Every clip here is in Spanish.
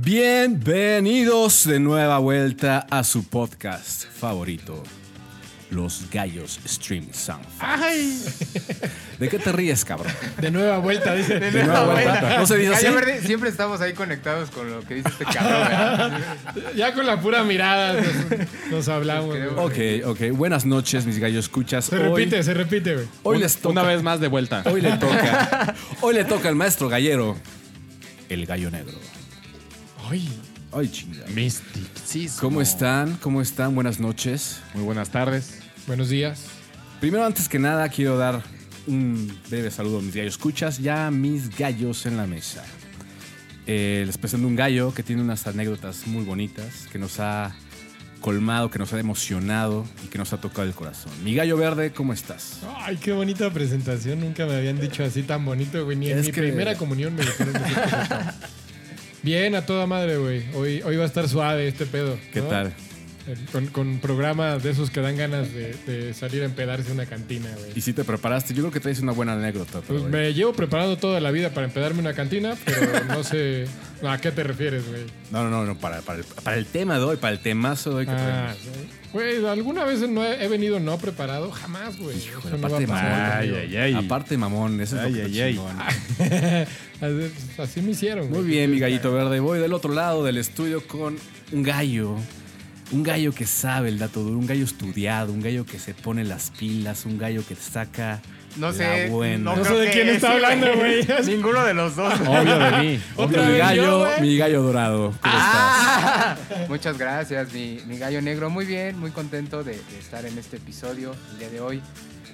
Bienvenidos de nueva vuelta a su podcast favorito, Los Gallos Stream Sound. ¡Ay! ¿De qué te ríes, cabrón? De nueva vuelta, dice. De nueva vuelta. ¿No se dice así? Gallo Verde, siempre estamos ahí conectados con lo que dice este cabrón, ¿verdad? Ya con la pura mirada nos hablamos. Ok. Buenas noches, mis gallos escuchas. Se repite, güey. Hoy les toca. Una vez más de vuelta. Hoy le toca al maestro gallero, el gallo negro. Ay, chingada. Misticismo. ¿Cómo están? Buenas noches. Muy buenas tardes. Buenos días. Primero, antes que nada, quiero dar un breve saludo a mis gallos escuchas, ya mis gallos en la mesa. Les presento un gallo que tiene unas anécdotas muy bonitas, que nos ha colmado, que nos ha emocionado y que nos ha tocado el corazón. Mi gallo verde, ¿cómo estás? Ay, qué bonita presentación. Nunca me habían dicho así tan bonito, güey. Ni en mi primera comunión me dijeron así. Bien, a toda madre, güey. Hoy va a estar suave este pedo, ¿no? ¿Qué tal? Con programas de esos que dan ganas de salir a empedarse a una cantina, güey. ¿Y si te preparaste? Yo creo que traes una buena anécdota. Pues me llevo preparado toda la vida para empedarme una cantina, pero no sé a qué te refieres, güey. No, para el tema de hoy, para el temazo de hoy que traemos. Güey, ¿alguna vez no he venido no preparado? Jamás, güey. Híjole, aparte mamón, eso es lo que chingón. Así me hicieron, güey. Muy bien, mi gallito verde. Voy del otro lado del estudio con un gallo. Un gallo que sabe el dato duro, un gallo estudiado, un gallo que se pone las pilas, un gallo que saca No sé, la buena. No sé de quién está hablando, güey. Ninguno de los dos. Obvio de mí. Mi gallo dorado. ¿Cómo estás? Muchas gracias, mi gallo negro. Muy bien, muy contento de estar en este episodio el día de hoy.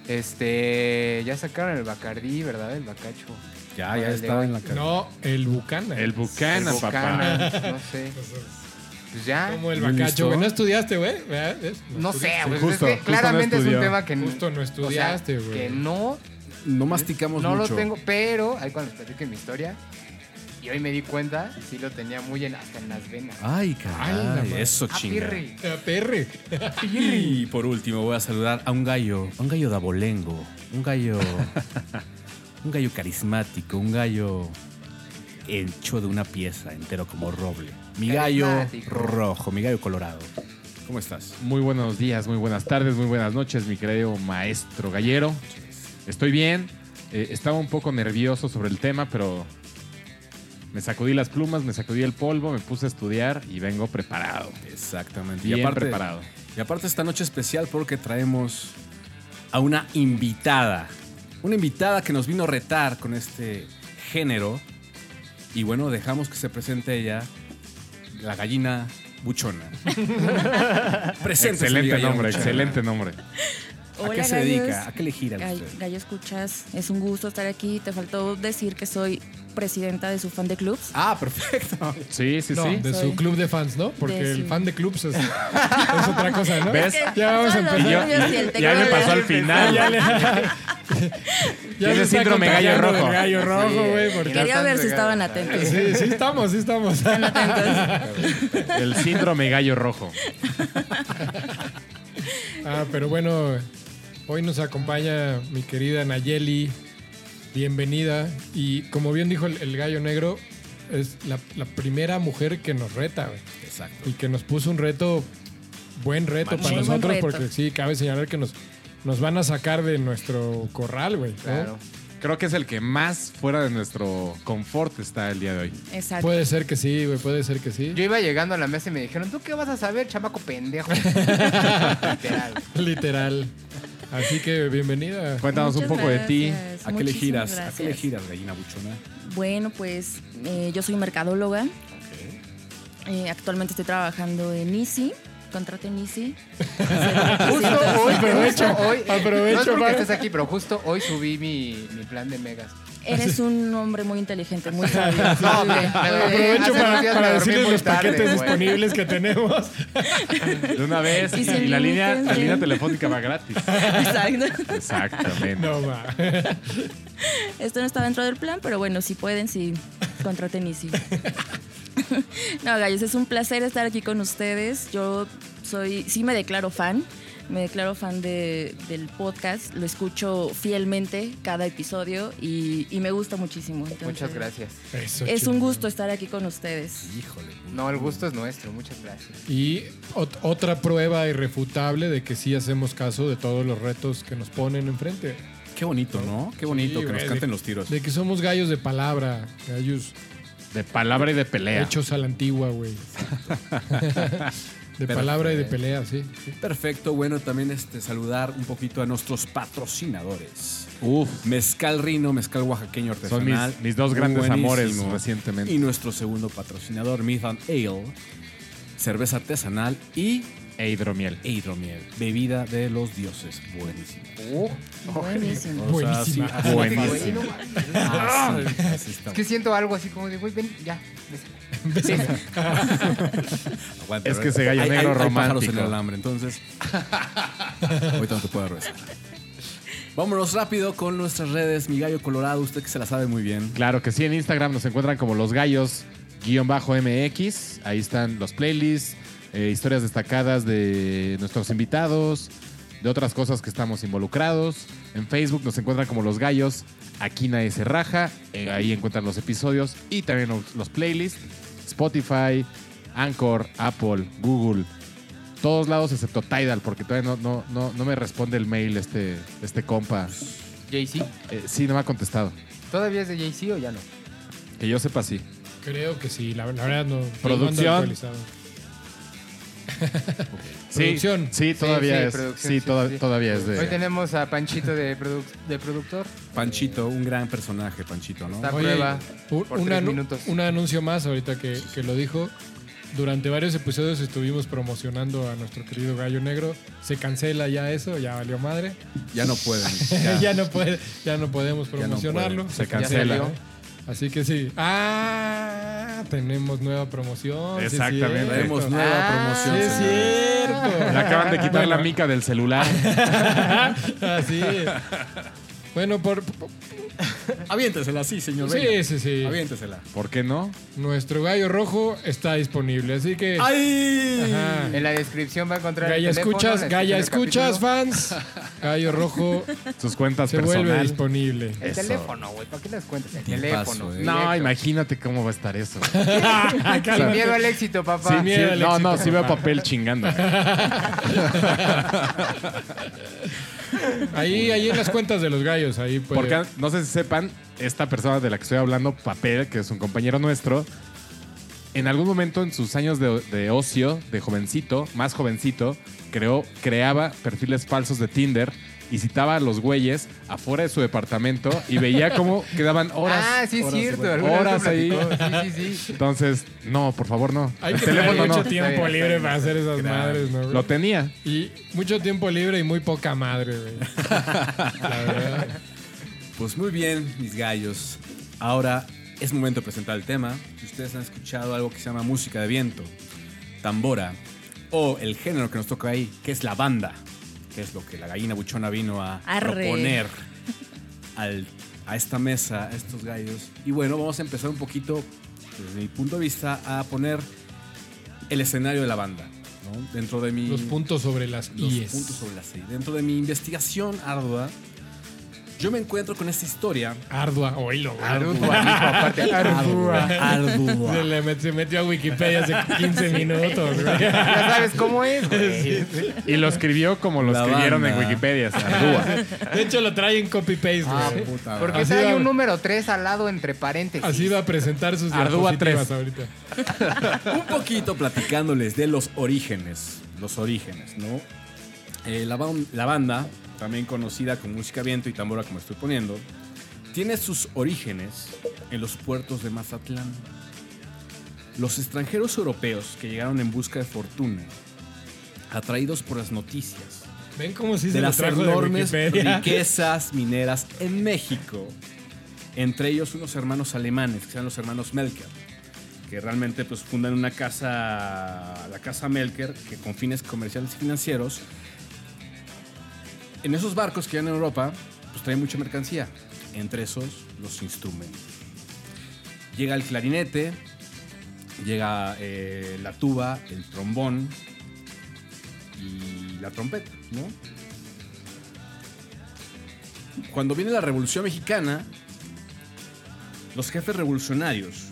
Ya sacaron el Bacardí, ¿verdad? El Bacacho. Ya estaba en la cara. No, el Bucana. El Bucana, El papá. Bucana, no sé. Pues ya. Como el Muy Bacacho, listo. güey. ¿No estudiaste, güey? No sé, pues Justo, es que claramente no es un estudió. tema que Justo no estudiaste, güey. Que no masticamos no mucho. lo tengo, pero ahí cuando les platiqué mi historia, y hoy me di cuenta, sí lo tenía muy hasta en las venas. Ay, Ay, caray, la madre. eso chinga. Pirri. Perre. Y por último voy a saludar a un gallo de abolengo, un gallo carismático, un gallo hecho de una pieza entero como roble. Mi gallo Carismático. rojo, mi gallo colorado. ¿Cómo estás? Muy buenos días, muy buenas tardes, muy buenas noches, mi querido maestro gallero. Estoy bien. Estaba un poco nervioso sobre el tema, pero me sacudí las plumas, me sacudí el polvo, me puse a estudiar y vengo preparado. Exactamente. Bien preparado. Y aparte esta noche especial porque traemos a una invitada. Una invitada que nos vino a retar con este género. Y bueno, dejamos que se presente ella, la gallina buchona. Preséntese, mi Excelente gallina nombre, buchona. excelente nombre. ¿A qué se dedica? ¿A qué le gira usted? Gallo escuchas, es un gusto estar aquí. Te faltó decir que soy presidenta de su fan de clubs. Ah, perfecto. Sí. No, de Soy- su club de fans, ¿no? Porque de el su- fan de clubs es otra cosa, ¿no? ¿Ves? Ya vamos a Son los empezar. nervios y el Ya me pasó al teclado. final. Ya Tiene se está síndrome gallo contagiando rojo. del gallo rojo, Sí, güey. porque- ya Quería están ver si regados. estaban atentos. Sí, estamos. Están atentos. El síndrome gallo rojo. Pero bueno, hoy nos acompaña mi querida Nayeli. Bienvenida. Y como bien dijo el gallo negro, es la primera mujer que nos reta, güey. Exacto. Y que nos puso un reto, buen reto para Buen nosotros, reto. porque sí, cabe señalar que nos van a sacar de nuestro corral, güey. ¿no? Claro. Creo que es el que más fuera de nuestro confort está el día de hoy. Exacto. Puede ser que sí, güey, puede ser que sí. Yo iba llegando a la mesa y me dijeron, ¿tú qué vas a saber, chamaco pendejo? Literal. Literal. Así que bienvenida. Cuéntanos un Muchas poco de ti. gracias, ¿A qué le muchísimas giras? ¿A gracias. qué le giras, gallina buchona? Bueno, pues yo soy mercadóloga. Actualmente estoy trabajando en Easy. Contraten Easy. Justo hoy, Aprovecho no es porque para- estés aquí, pero justo hoy subí mi plan de megas. Eres un hombre muy inteligente, muy sabio. No, Muy bien, muy bien. Aprovecho Hace para unos días me dormí decirles muy los tarde, paquetes güey. disponibles que tenemos. De una vez. Y Y, sin la línea límites, telefónica va gratis. Exacto. Exactamente. No va. Esto no está dentro del plan, pero bueno, si pueden, sí, contraten Easy. No, gallos, es un placer estar aquí con ustedes. Yo sí me declaro fan Me declaro fan del podcast, lo escucho fielmente cada episodio y me gusta muchísimo. Entonces, Muchas gracias. Eso, Es un chingón. gusto estar aquí con ustedes. Híjole. No, el gusto es nuestro. Muchas gracias. Y otra prueba irrefutable de que sí hacemos caso de todos los retos que nos ponen enfrente. Qué bonito, ¿no? Qué bonito Sí, que nos güey, canten los tiros. De que somos gallos de palabra, gallos De palabra y de pelea. hechos a la antigua, güey. De palabra y de pelea, sí. Perfecto, bueno, también saludar un poquito a nuestros patrocinadores. Uf. Mezcal Rino, mezcal oaxaqueño Son artesanal. mis dos grandes amores Buenísimo. recientemente. Y nuestro segundo patrocinador, Myth and Ale, cerveza artesanal y E hidromiel. hidromiel, bebida de los dioses. Buenísimo. Buenísimo. O sea, sí, Buenísima. así- Buenísimo. así está. Es que siento algo así como de, güey, ven, ya. Aguanta, Es que ¿verdad? ese gallo Hay- negro hay pájaros romántico. en el alambre, entonces. Ahorita no te puedo rezar. Vámonos rápido con nuestras redes. Mi gallo colorado, usted que se la sabe muy bien. Claro que sí, en Instagram nos encuentran como Los Gallos-MX. Ahí están los playlists, historias destacadas de nuestros invitados, de otras cosas que estamos involucrados. En Facebook nos encuentran como Los Gallos, aquí nadie se raja. Ahí encuentran los episodios y también los playlists. Spotify, Anchor, Apple, Google. Todos lados excepto Tidal, porque todavía no me responde el mail este compa. Jay-Z. Sí, no me ha contestado. ¿Todavía es de Jay-Z o ya no? Que yo sepa, sí. Creo que sí, la verdad no. Producción. no ando actualizado. Producción. Sí, todavía sí, es. producción, Sí, sí, sí. todavía es Hoy de. tenemos a Panchito de productor. Panchito, un gran personaje, Panchito, ¿no? Está Oye, prueba un, por un 3 anu- minutos. un anuncio más ahorita que lo dijo. Durante varios episodios estuvimos promocionando a nuestro querido Gallo Negro. Se cancela ya eso, ya valió madre. Ya no pueden. Ya no podemos promocionarlo. pueden. Se Ya cancela. salió. Así que sí. Tenemos nueva promoción. sí es Exactamente. cierto. Tenemos nueva promoción. Sí, es señores. cierto. Le acaban de quitar Bueno. la mica del celular. Así es. Bueno, Aviéntesela, sí, señor. sí, venga. sí, sí. Aviéntesela. ¿Por qué no? Nuestro gallo rojo está disponible, así que. ¡Ay! Ajá. En la descripción va a encontrar Galla el teléfono, escuchas, la Galla descripción del escuchas, fans. Gallo rojo Sus cuentas se vuelve personales. disponible. El Eso. teléfono, güey. ¿Para qué les cuentas? El Tipazo, teléfono. eh. directo. No, imagínate cómo va a estar eso. Sin miedo al éxito, papá. Sin miedo. al no, éxito, sí veo papá. papel chingando. Ahí en las cuentas de los gallos, ahí puede. Porque no sé si sepan, esta persona de la que estoy hablando, Papel, que es un compañero nuestro, en algún momento en sus años de ocio, de jovencito, más jovencito, creaba perfiles falsos de Tinder y citaba a los güeyes afuera de su departamento y veía cómo quedaban horas. Ah, sí, es horas, cierto. güey. alguna vez Horas me ahí. platicó. Sí, sí, sí. Entonces, no, por favor, no. Hay El que tener teléfono mucho no. tiempo Está bien, libre está para hacer esas Claro. madres, ¿no? güey? Lo tenía. Y mucho tiempo libre y muy poca madre, güey. La verdad. Pues muy bien, mis gallos. Ahora es momento de presentar el tema. Si ustedes han escuchado algo que se llama música de viento, tambora, o el género que nos toca ahí, que es la banda, que es lo que la gallina buchona vino a Arre. proponer a esta mesa, a estos gallos. Y bueno, vamos a empezar un poquito, desde mi punto de vista, a poner el escenario de la banda, ¿no? Dentro de mi... Los puntos sobre las los IES. puntos sobre las I. Dentro de mi investigación ardua, yo me encuentro con esta historia. Ardua, oílo, güey. Ardua, hijo, aparte. Ardua. Se metió a Wikipedia hace 15 minutos, güey. Ya sabes cómo es, güey. Y lo escribió como lo La escribieron en banda. Wikipedia. Ardúa. De hecho, lo trae en copy-paste, Ah, güey. puta ¿Por qué Así trae va- un número 3 al lado entre paréntesis? Así va a presentar sus Ardua diapositivas 3. ahorita. Un poquito platicándoles de los orígenes. Los orígenes, ¿no? La banda, también conocida como música viento y tambora, como estoy poniendo, tiene sus orígenes en los puertos de Mazatlán. Los extranjeros europeos que llegaron en busca de fortuna, atraídos por las noticias ¿Ven cómo sí se de lo las trajo de enormes Wikipedia? riquezas mineras en México, entre ellos unos hermanos alemanes, que se llaman los hermanos Melker, que realmente pues fundan una casa, la casa Melker, que con fines comerciales y financieros, en esos barcos que van en Europa, pues traen mucha mercancía, entre esos los instrumentos. Llega el clarinete, llega la tuba, el trombón, y la trompeta, ¿no? Cuando viene la Revolución Mexicana, los jefes revolucionarios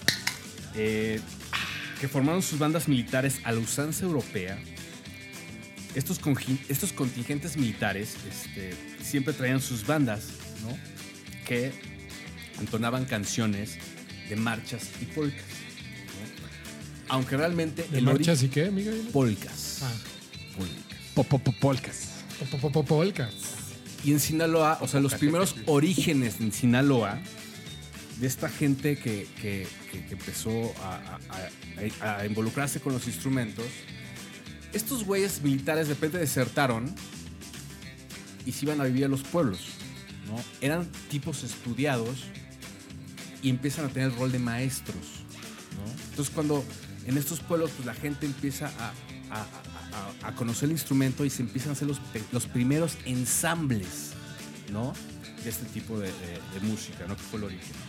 que formaron sus bandas militares a la usanza europea, estos contingentes militares siempre traían sus bandas, ¿no? Que entonaban canciones de marchas y polcas, ¿no? Aunque realmente ¿De marchas y qué, amiga? Polcas. Polcas. Polcas. Y en Sinaloa, o sea, los primeros orígenes en Sinaloa de esta gente que empezó a involucrarse con los instrumentos, estos güeyes militares de repente desertaron y se iban a vivir a los pueblos, ¿no? Eran tipos estudiados y empiezan a tener el rol de maestros, ¿no? Entonces cuando en estos pueblos pues, la gente empieza a conocer el instrumento y se empiezan a hacer los primeros ensambles, ¿no? De este tipo de música, ¿no? Que fue el origen.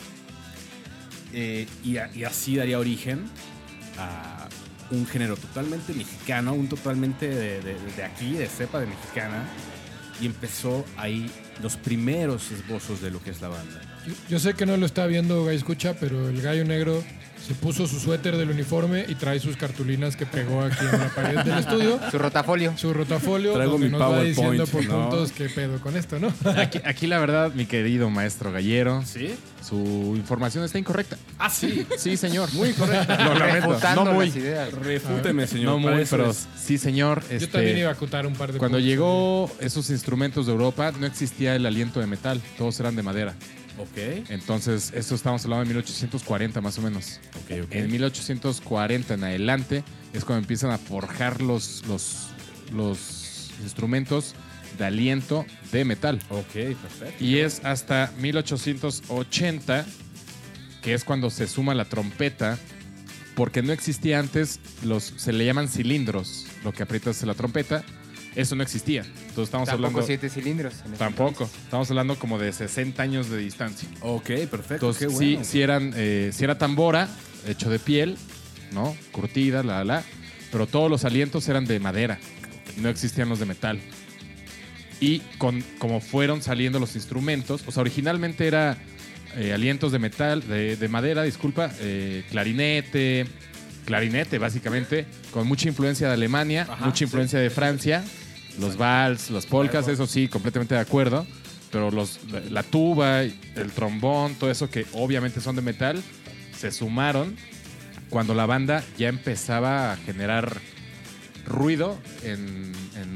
Y así daría origen a un género totalmente mexicano, un totalmente de aquí, de cepa de mexicana, y empezó ahí los primeros esbozos de lo que es la banda. Yo sé que no lo está viendo Gallo Escucha, pero el Gallo Negro se puso su suéter del uniforme y trae sus cartulinas que pegó aquí en la pared del estudio. Su rotafolio. Su rotafolio, Traigo donde mi nos va PowerPoint, diciendo por ¿no? puntos qué pedo con esto, ¿no? Aquí la verdad, mi querido maestro Gallero, ¿Sí? su información está incorrecta. Ah, sí. Sí, señor. Muy correcto. Lo lamento. Refutando No muy. las ideas. Refúteme, señor. No para muy, eso pero es. sí, señor. Yo también iba a acutar un par de Cuando puntos. llegó esos instrumentos de Europa, no existía el aliento de metal. Todos eran de madera. Ok. Entonces, esto estamos hablando de 1840 más o menos. Ok. En 1840 en adelante es cuando empiezan a forjar los instrumentos de aliento de metal. Ok, perfecto. Y es hasta 1880 que es cuando se suma la trompeta, porque no existía antes, se le llaman cilindros, lo que aprietas es la trompeta. Eso no existía. Entonces estamos Tampoco hablando... 7 cilindros. en ese Tampoco. Estamos hablando como de 60 años de distancia. Ok, perfecto. Entonces, qué bueno. sí era tambora, hecho de piel, ¿no? Curtida, pero todos los alientos eran de madera. No existían los de metal. Y como fueron saliendo los instrumentos, o sea, originalmente era alientos de metal, de madera, disculpa, clarinete, básicamente, con mucha influencia de Alemania, Ajá, mucha influencia de Francia, los vals, las polcas, eso sí, completamente de acuerdo. Pero la tuba, el trombón, todo eso que obviamente son de metal, se sumaron cuando la banda ya empezaba a generar ruido en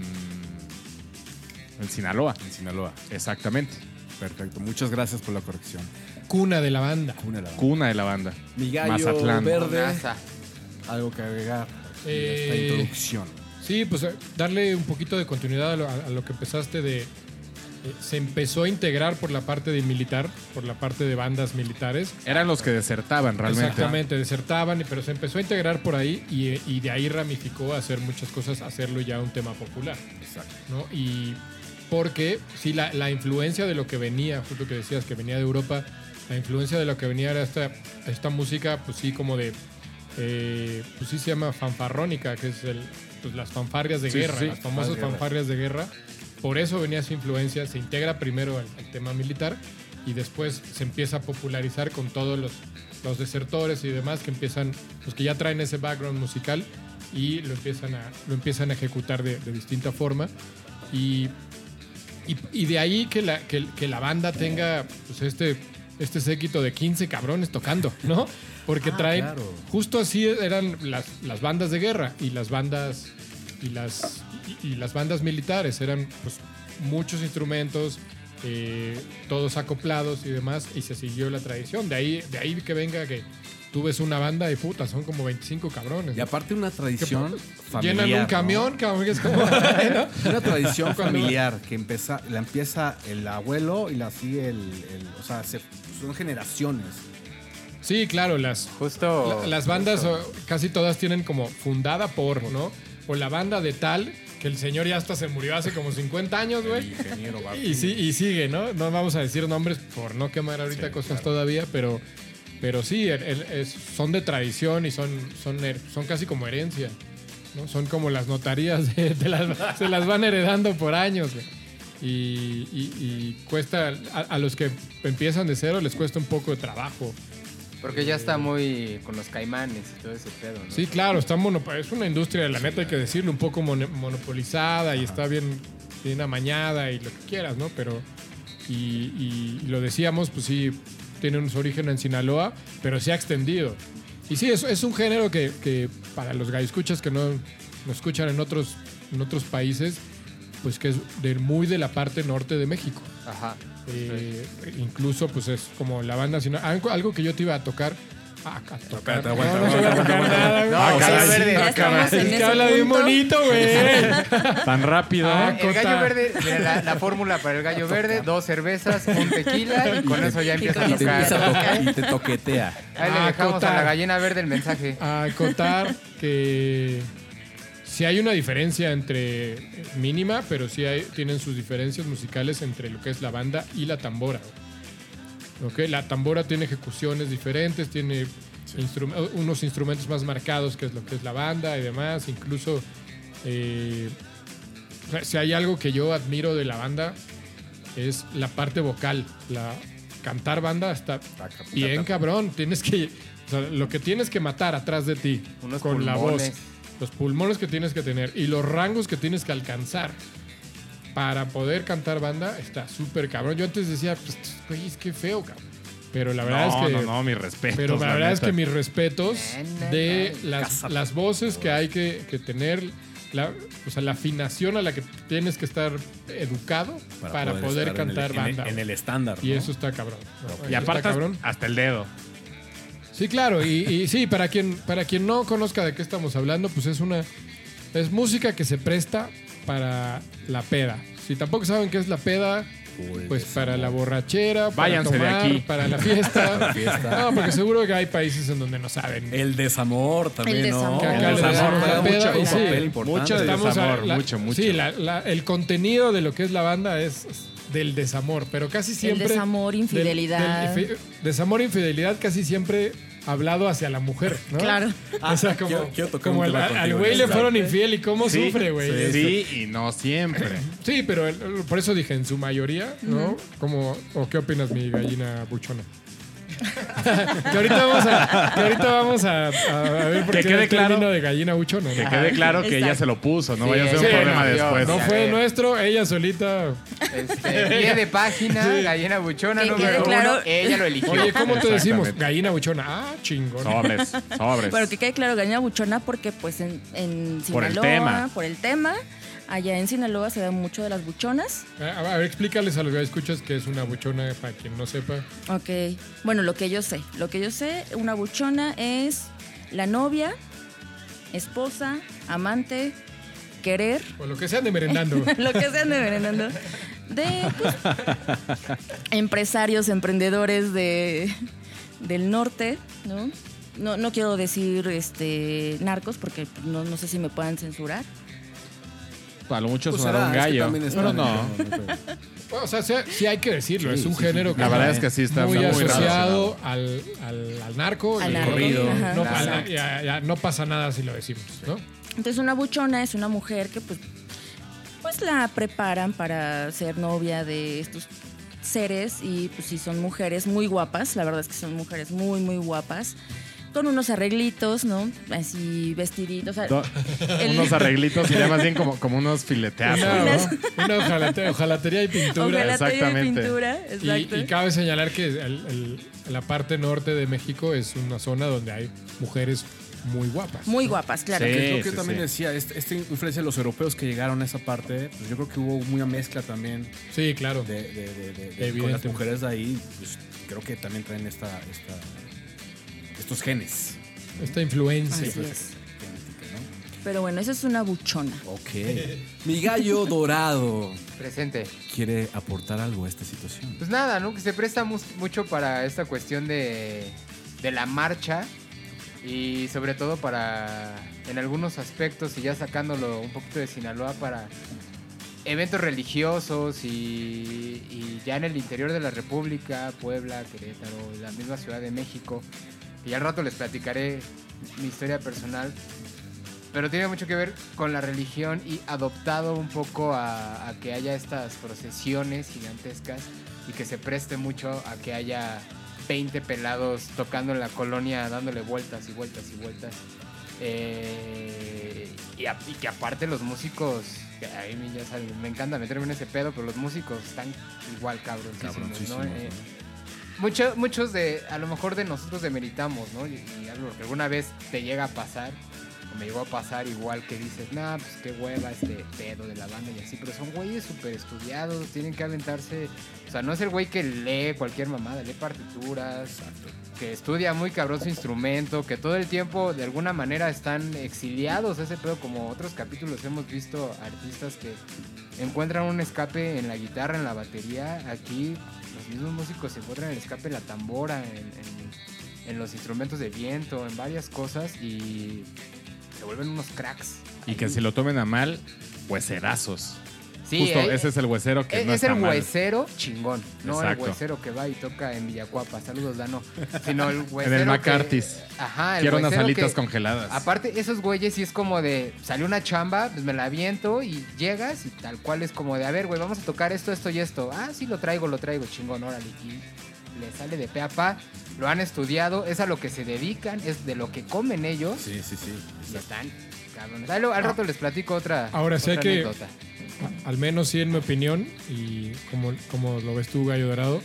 Sinaloa. En Sinaloa. Exactamente. Perfecto. Muchas gracias por la corrección. Cuna de la banda. Cuna de la banda. Mi gallo Mazatlán. verde. NASA. Algo que agregar a esta Eh, introducción. Sí, pues darle un poquito de continuidad a lo que empezaste de... se empezó a integrar por la parte de militar, por la parte de bandas militares. Eran los que desertaban realmente. Exactamente, desertaban, pero se empezó a integrar por ahí y de ahí ramificó a hacer muchas cosas, hacerlo ya un tema popular, Exacto. ¿no? Y porque sí, la influencia de lo que venía, justo que decías que venía de Europa, la influencia de lo que venía era esta música, pues sí, como de, pues sí se llama fanfarrónica, que es pues las fanfarrias de Sí, guerra, sí, las famosas fanfarrias de guerra. Por eso venía su influencia, se integra primero al tema militar y después se empieza a popularizar con todos los desertores y demás que empiezan, pues que ya traen ese background musical y lo empiezan a ejecutar de distinta forma. Y de ahí que la banda tenga pues este séquito de 15 cabrones tocando, ¿no? Porque traen, claro. justo así eran las bandas de guerra y las bandas militares, eran pues muchos instrumentos, todos acoplados y demás, y se siguió la tradición. De ahí que venga que tú ves una banda de puta, son como 25 cabrones. Y ¿no? aparte una tradición familiar. Llenan un ¿no? camión, cabrón, que es como... ¿no? Una tradición Cuando- familiar que la empieza el abuelo y la sigue o sea, son generaciones. Sí, claro, Justo. las bandas casi todas tienen como fundada por, ¿no? O la banda de tal, que el señor ya hasta se murió hace como 50 años, El güey. ingeniero Y sigue, ¿no? No vamos a decir nombres por no quemar ahorita cosas todavía, pero sí, son de tradición y son casi como herencia, ¿no? Son como las notarías, se las van heredando por años, güey. Y cuesta, a los que empiezan de cero les cuesta un poco de trabajo. Porque ya está muy con los caimanes y todo ese pedo, ¿no? Sí, claro, es una industria, la neta hay que decirlo, un poco monopolizada y está bien amañada y lo que quieras, ¿no? Pero, y lo decíamos, pues sí, tiene su origen en Sinaloa, pero se ha extendido. Y sí, es un género que para los galloescuchas que no escuchan en otros países, pues que es muy de la parte norte de México. Ajá. Incluso pues es como la banda algo que yo te iba a tocar. Tocar. Aguanta, No voy a tocar nada, güey. No, Gallo Verde. Ya estamos en Es que ese habla bien punto. bonito, güey. Tan rápido. El Gallo Verde, mira, la fórmula para el Gallo Verde, 2 cervezas, un tequila y con eso ya empieza a Y te empieza a tocar. tocar. Y te toquetea. Ahí le dejamos a la gallina verde el mensaje. A acotar que sí hay una diferencia mínima, pero sí tienen sus diferencias musicales entre lo que es la banda y la tambora. ¿Ok? La tambora tiene ejecuciones diferentes, tiene unos instrumentos más marcados, que es lo que es la banda y demás. Incluso, o sea, si hay algo que yo admiro de la banda es la parte vocal. Cantar banda está bien cabrón. O sea, lo que tienes que matar atrás de ti Unos con la voz. pulmones. Los pulmones que tienes que tener y los rangos que tienes que alcanzar para poder cantar banda está súper cabrón. Yo antes decía, pues, güey, es que feo, cabrón. Pero la verdad es que... No, mi respeto. Pero la verdad es que mis respetos No, de las voces que hay que tener, o sea, la afinación a la que tienes que estar educado para poder estar cantar banda. En el estándar. Y ¿no? eso está cabrón. ¿no? Y Eso aparte está cabrón. hasta el dedo. Sí, claro, y sí, para quien no conozca de qué estamos hablando, pues es música que se presta para la peda. Si tampoco saben qué es la peda, pues para la borrachera, para Váyanse de tomar, aquí. para la fiesta. No, porque seguro que hay países en donde no saben. El desamor también, El ¿no? desamor. Que acá El le desamor decimos juega la peda, mucho, y un sí, papel importante. mucho de Estamos desamor, a- mucho. Sí, el contenido de lo que es la banda es del desamor, pero casi siempre... desamor, infidelidad. Desamor, infidelidad casi siempre hablado hacia la mujer, ¿no? Claro. O sea, como, quiero tocar como un tema al contigo, güey le ¿no? fueron infiel y cómo Sí, sufre, güey. Sí, y no siempre. Sí, pero por eso dije en su mayoría, ¿no? ¿O qué opinas, mi gallina buchona? que ahorita vamos a ver por Que qué quede el claro. término de gallina buchona. Que ¿no? quede claro que ella Exacto. se lo puso, no Sí, vaya a ser un sí, problema no, después. No Ya fue ves. nuestro, ella solita. Pie de página, Sí. gallina buchona Que número quede claro. 1. Ella lo eligió. Oye, ¿cómo te decimos? Exactamente. Gallina buchona. Ah, chingón. Sobres. Pero que quede claro, gallina buchona porque pues en Por el Sinaloa, tema. por el tema, allá en Sinaloa se da mucho de las buchonas. A ver, explícales a los que escuchas que es una buchona para quien no sepa. Ok. Bueno, lo que yo sé, una buchona es la novia, esposa, amante, querer, O lo que sean de merendando. lo que sean envenenando, de pues, empresarios, emprendedores del norte, ¿no? No quiero decir narcos porque no sé si me puedan censurar. A lo mucho Pues sonará un será, es que gallo. también está- Pero no. O sea, sí hay que decirlo. Sí, es un sí, género sí. que La verdad es que sí está muy muy asociado al narco. Al y narco, corrido. ajá. No, Exacto. ya no pasa nada si lo decimos, ¿no? Entonces una buchona es una mujer que pues la preparan para ser novia de estos seres y pues sí son mujeres muy guapas, la verdad es que son mujeres muy muy guapas, con unos arreglitos, ¿no? Así vestiditos. O sea, Unos arreglitos y ya más bien como unos fileteazos, Una ojalatería y pintura. ojalatería y exactamente. pintura, exacto. Y cabe señalar que la parte norte de México es una zona donde hay mujeres muy guapas. Muy guapas, claro. Sí. Es lo que yo también sí. decía, esta influencia de los europeos que llegaron a esa parte, pues yo creo que hubo una mezcla también Sí, claro. con las Evidentemente. mujeres de ahí, pues creo que también traen estos genes. Esta influencia. Así es. Pero bueno, esa es una buchona. Ok. Mi gallo dorado Presente. quiere aportar algo a esta situación. Pues nada, ¿no? Que se presta mucho para esta cuestión de la marcha y sobre todo para, en algunos aspectos, y ya sacándolo un poquito de Sinaloa, para eventos religiosos y ya en el interior de la República, Puebla, Querétaro, la misma Ciudad de México, y al rato les platicaré mi historia personal. pero tiene mucho que ver con la religión y adoptado un poco a que haya estas procesiones gigantescas y que se preste mucho a que haya 20 pelados tocando en la colonia, dándole vueltas y vueltas y vueltas. Y que aparte los músicos, que a mí ya saben, me encanta meterme en ese pedo, pero los músicos están igual cabroncísimos, ¿no? Muchos de, a lo mejor de nosotros demeritamos, ¿no? Y algo que alguna vez te llega a pasar, o me llegó a pasar igual, que dices, nah, pues qué hueva este pedo de la banda y así, pero son güeyes súper estudiados, tienen que aventarse, o sea, no es el güey que lee cualquier mamada, lee partituras, que estudia muy cabrón su instrumento, que todo el tiempo de alguna manera están exiliados a ese pedo, como otros capítulos hemos visto artistas que encuentran un escape en la guitarra, en la batería. Aquí los mismos músicos se encuentran el escape en la tambora, en los instrumentos de viento, en varias cosas, y se vuelven unos cracks. Y que si lo tomen a mal, hueserazos. Sí, Justo, ese es el huesero que no es está el mal. huesero chingón, no Exacto. el huesero que va y toca en Villacuapa, saludos Dano, sino el huesero En el McCarthy's. Ajá, el Quiero unas huesero alitas que, congeladas. aparte, esos güeyes sí es como de, salió una chamba, pues me la aviento y llegas y tal cual es como de, a ver, güey, vamos a tocar esto, esto y esto. Ah, sí, lo traigo, chingón, órale. Y le sale de pe a pa, lo han estudiado, es a lo que se dedican, es de lo que comen ellos. Sí. Y están cabrones. Al rato les platico otra Ahora sí hay otra que- anécdota. Al menos sí, en mi opinión, y como lo ves tú, Gallo Dorado,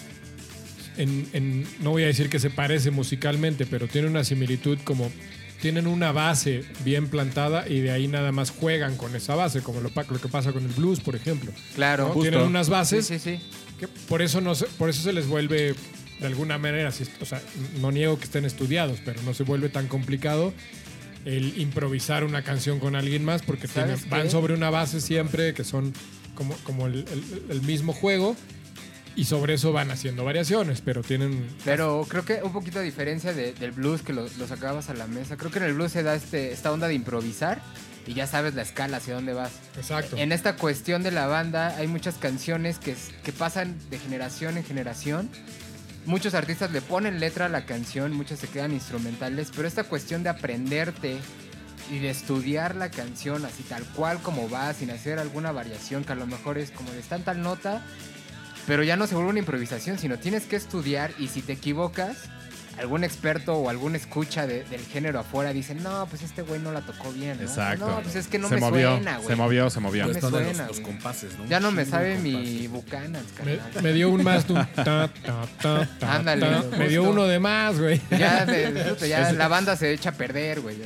no voy a decir que se parece musicalmente, pero tiene una similitud, como tienen una base bien plantada y de ahí nada más juegan con esa base, como lo que pasa con el blues, por ejemplo. Claro. ¿no? Justo. Tienen unas bases Sí, sí, sí. que por eso se les vuelve de alguna manera, o sea, no niego que estén estudiados, pero no se vuelve tan complicado el improvisar una canción con alguien más porque ¿Sabes van qué? sobre una base siempre que son como el mismo juego y sobre eso van haciendo variaciones, pero tienen... Pero creo que un poquito a diferencia del blues que lo sacabas a la mesa, creo que en el blues se da esta onda de improvisar y ya sabes la escala hacia dónde vas. Exacto. En esta cuestión de la banda hay muchas canciones que pasan de generación en generación. Muchos artistas le ponen letra a la canción, muchas se quedan instrumentales, pero esta cuestión de aprenderte y de estudiar la canción así tal cual como va, sin hacer alguna variación, que a lo mejor es como de está en tal nota, pero ya no se vuelve una improvisación, sino tienes que estudiar y si te equivocas, algún experto o algún escucha del género afuera dice, no, pues este güey no la tocó bien, ¿no? Exacto. No, pues es que no se me movió, suena, güey. se movió. No me Pues están suena, los güey. compases, ¿no? Ya no me Sí, sabe los mi compases. Buchanan, Me, carnal. me dio un más de un ta. Ándale, Me dio justo. uno de más, güey. Ya la banda se echa a perder, güey.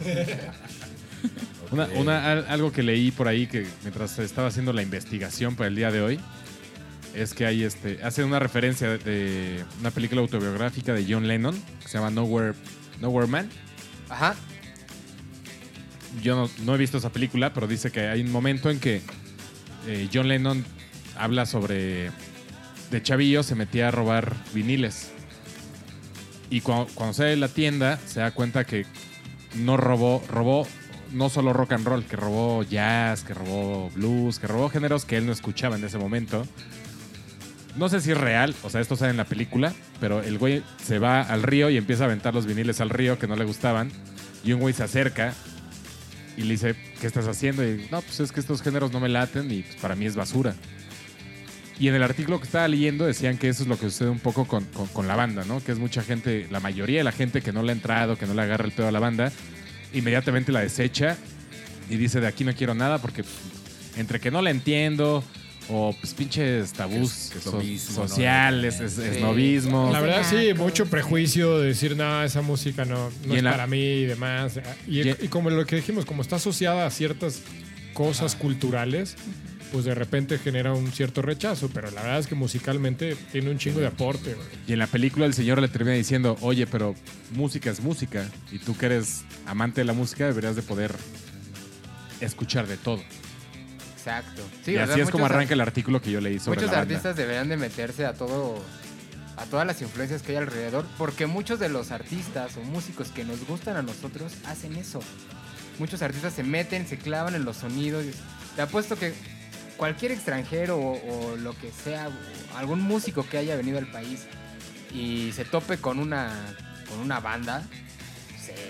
Algo que leí por ahí que mientras estaba haciendo la investigación para el día de hoy es que hay hace una referencia de una película autobiográfica de John Lennon que se llama Nowhere Man. Ajá. Yo no he visto esa película, pero dice que hay un momento en que John Lennon habla sobre de chavillo se metía a robar viniles y cuando sale de la tienda se da cuenta que no robó no solo rock and roll, que robó jazz, que robó blues, que robó géneros que él no escuchaba en ese momento. No sé si es real, o sea, esto sale en la película, pero el güey se va al río y empieza a aventar los viniles al río que no le gustaban. Y un güey se acerca y le dice, ¿qué estás haciendo? Y no, pues es que estos géneros no me laten y pues, para mí es basura. Y en el artículo que estaba leyendo decían que eso es lo que sucede un poco con la banda, ¿no? Que es mucha gente, la mayoría de la gente que no le ha entrado, que no le agarra el pedo a la banda, inmediatamente la desecha y dice, de aquí no quiero nada porque entre que no la entiendo o pues pinches tabús Que es lo mismo, sociales, ¿no? es Sí. novismo. La verdad sí, Naco. mucho prejuicio de decir, no, esa música no Y es en la- para mí y demás. Y como lo que dijimos, como está asociada a ciertas cosas culturales, pues de repente genera un cierto rechazo, pero la verdad es que musicalmente tiene un chingo de aporte, güey. Y en la película el señor le termina diciendo, oye, pero música es música y tú que eres amante de la música deberías de poder escuchar de todo. Exacto. Sí, y o así sea, es como muchos arranca el artículo que yo leí sobre Muchos la banda. artistas deberían de meterse a todas las influencias que hay alrededor, porque muchos de los artistas o músicos que nos gustan a nosotros hacen eso. Muchos artistas se meten, se clavan en los sonidos. Te apuesto que cualquier extranjero o lo que sea, o algún músico que haya venido al país y se tope con una banda,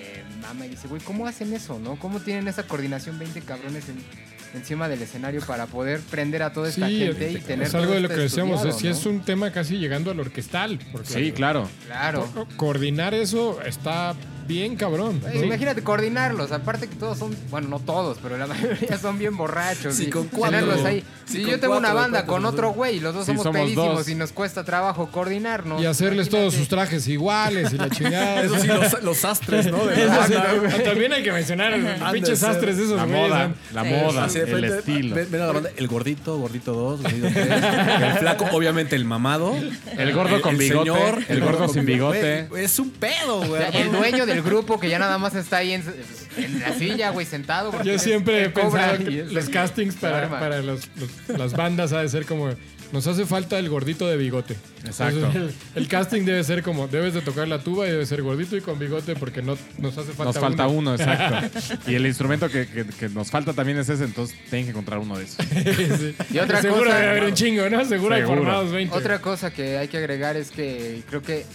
mama y dice, güey, ¿cómo hacen eso, no? ¿Cómo tienen esa coordinación 20 cabrones encima del escenario para poder prender a toda esta gente y tener es algo todo de lo que decíamos, estudiado, sí ¿no? es un tema casi llegando al orquestal. Porque Sí, claro. Claro. Coordinar eso está bien cabrón. Güey, ¿no? imagínate coordinarlos, aparte que todos son, bueno, no todos, pero la mayoría son bien borrachos. Sí, y con cuatro. tenerlos ahí. Sí, Si con yo tengo una cuatro, banda cuatro, con somos otro dos. güey y los dos Sí, somos somos pedísimos dos. y nos cuesta trabajo coordinarnos. Y hacerles todos sus imagínate. trajes iguales y la chingada. Eso sí, los sastres, ¿no? De Eso la sí, banda. también hay que mencionar los Han de pinches ser sastres de esos La güeyes. moda, ¿no? la Sí. moda, Así de el frente, estilo. ven a la banda, el gordito, gordito 2, gordito 3, el flaco, obviamente el mamado. El gordo con bigote, señor, el gordo con sin bigote. Güey, es un pedo, O güey. sea, el dueño del grupo que ya nada más está ahí en la silla, güey, sentado. porque Yo es- siempre he él cobra pensado y que es- los castings se arma. para las bandas ha de ser como... Nos hace falta el gordito de bigote. Exacto. Entonces, el casting debe ser como... Debes de tocar la tuba y debe ser gordito y con bigote porque no nos hace falta Nos falta uno, exacto. Y el instrumento que nos falta también es ese, entonces tienen que encontrar uno de esos. Sí. Y otra Seguro cosa- debe haber un chingo, ¿no? Seguro hay Seguro. formados 20. Otra cosa que hay que agregar es que creo que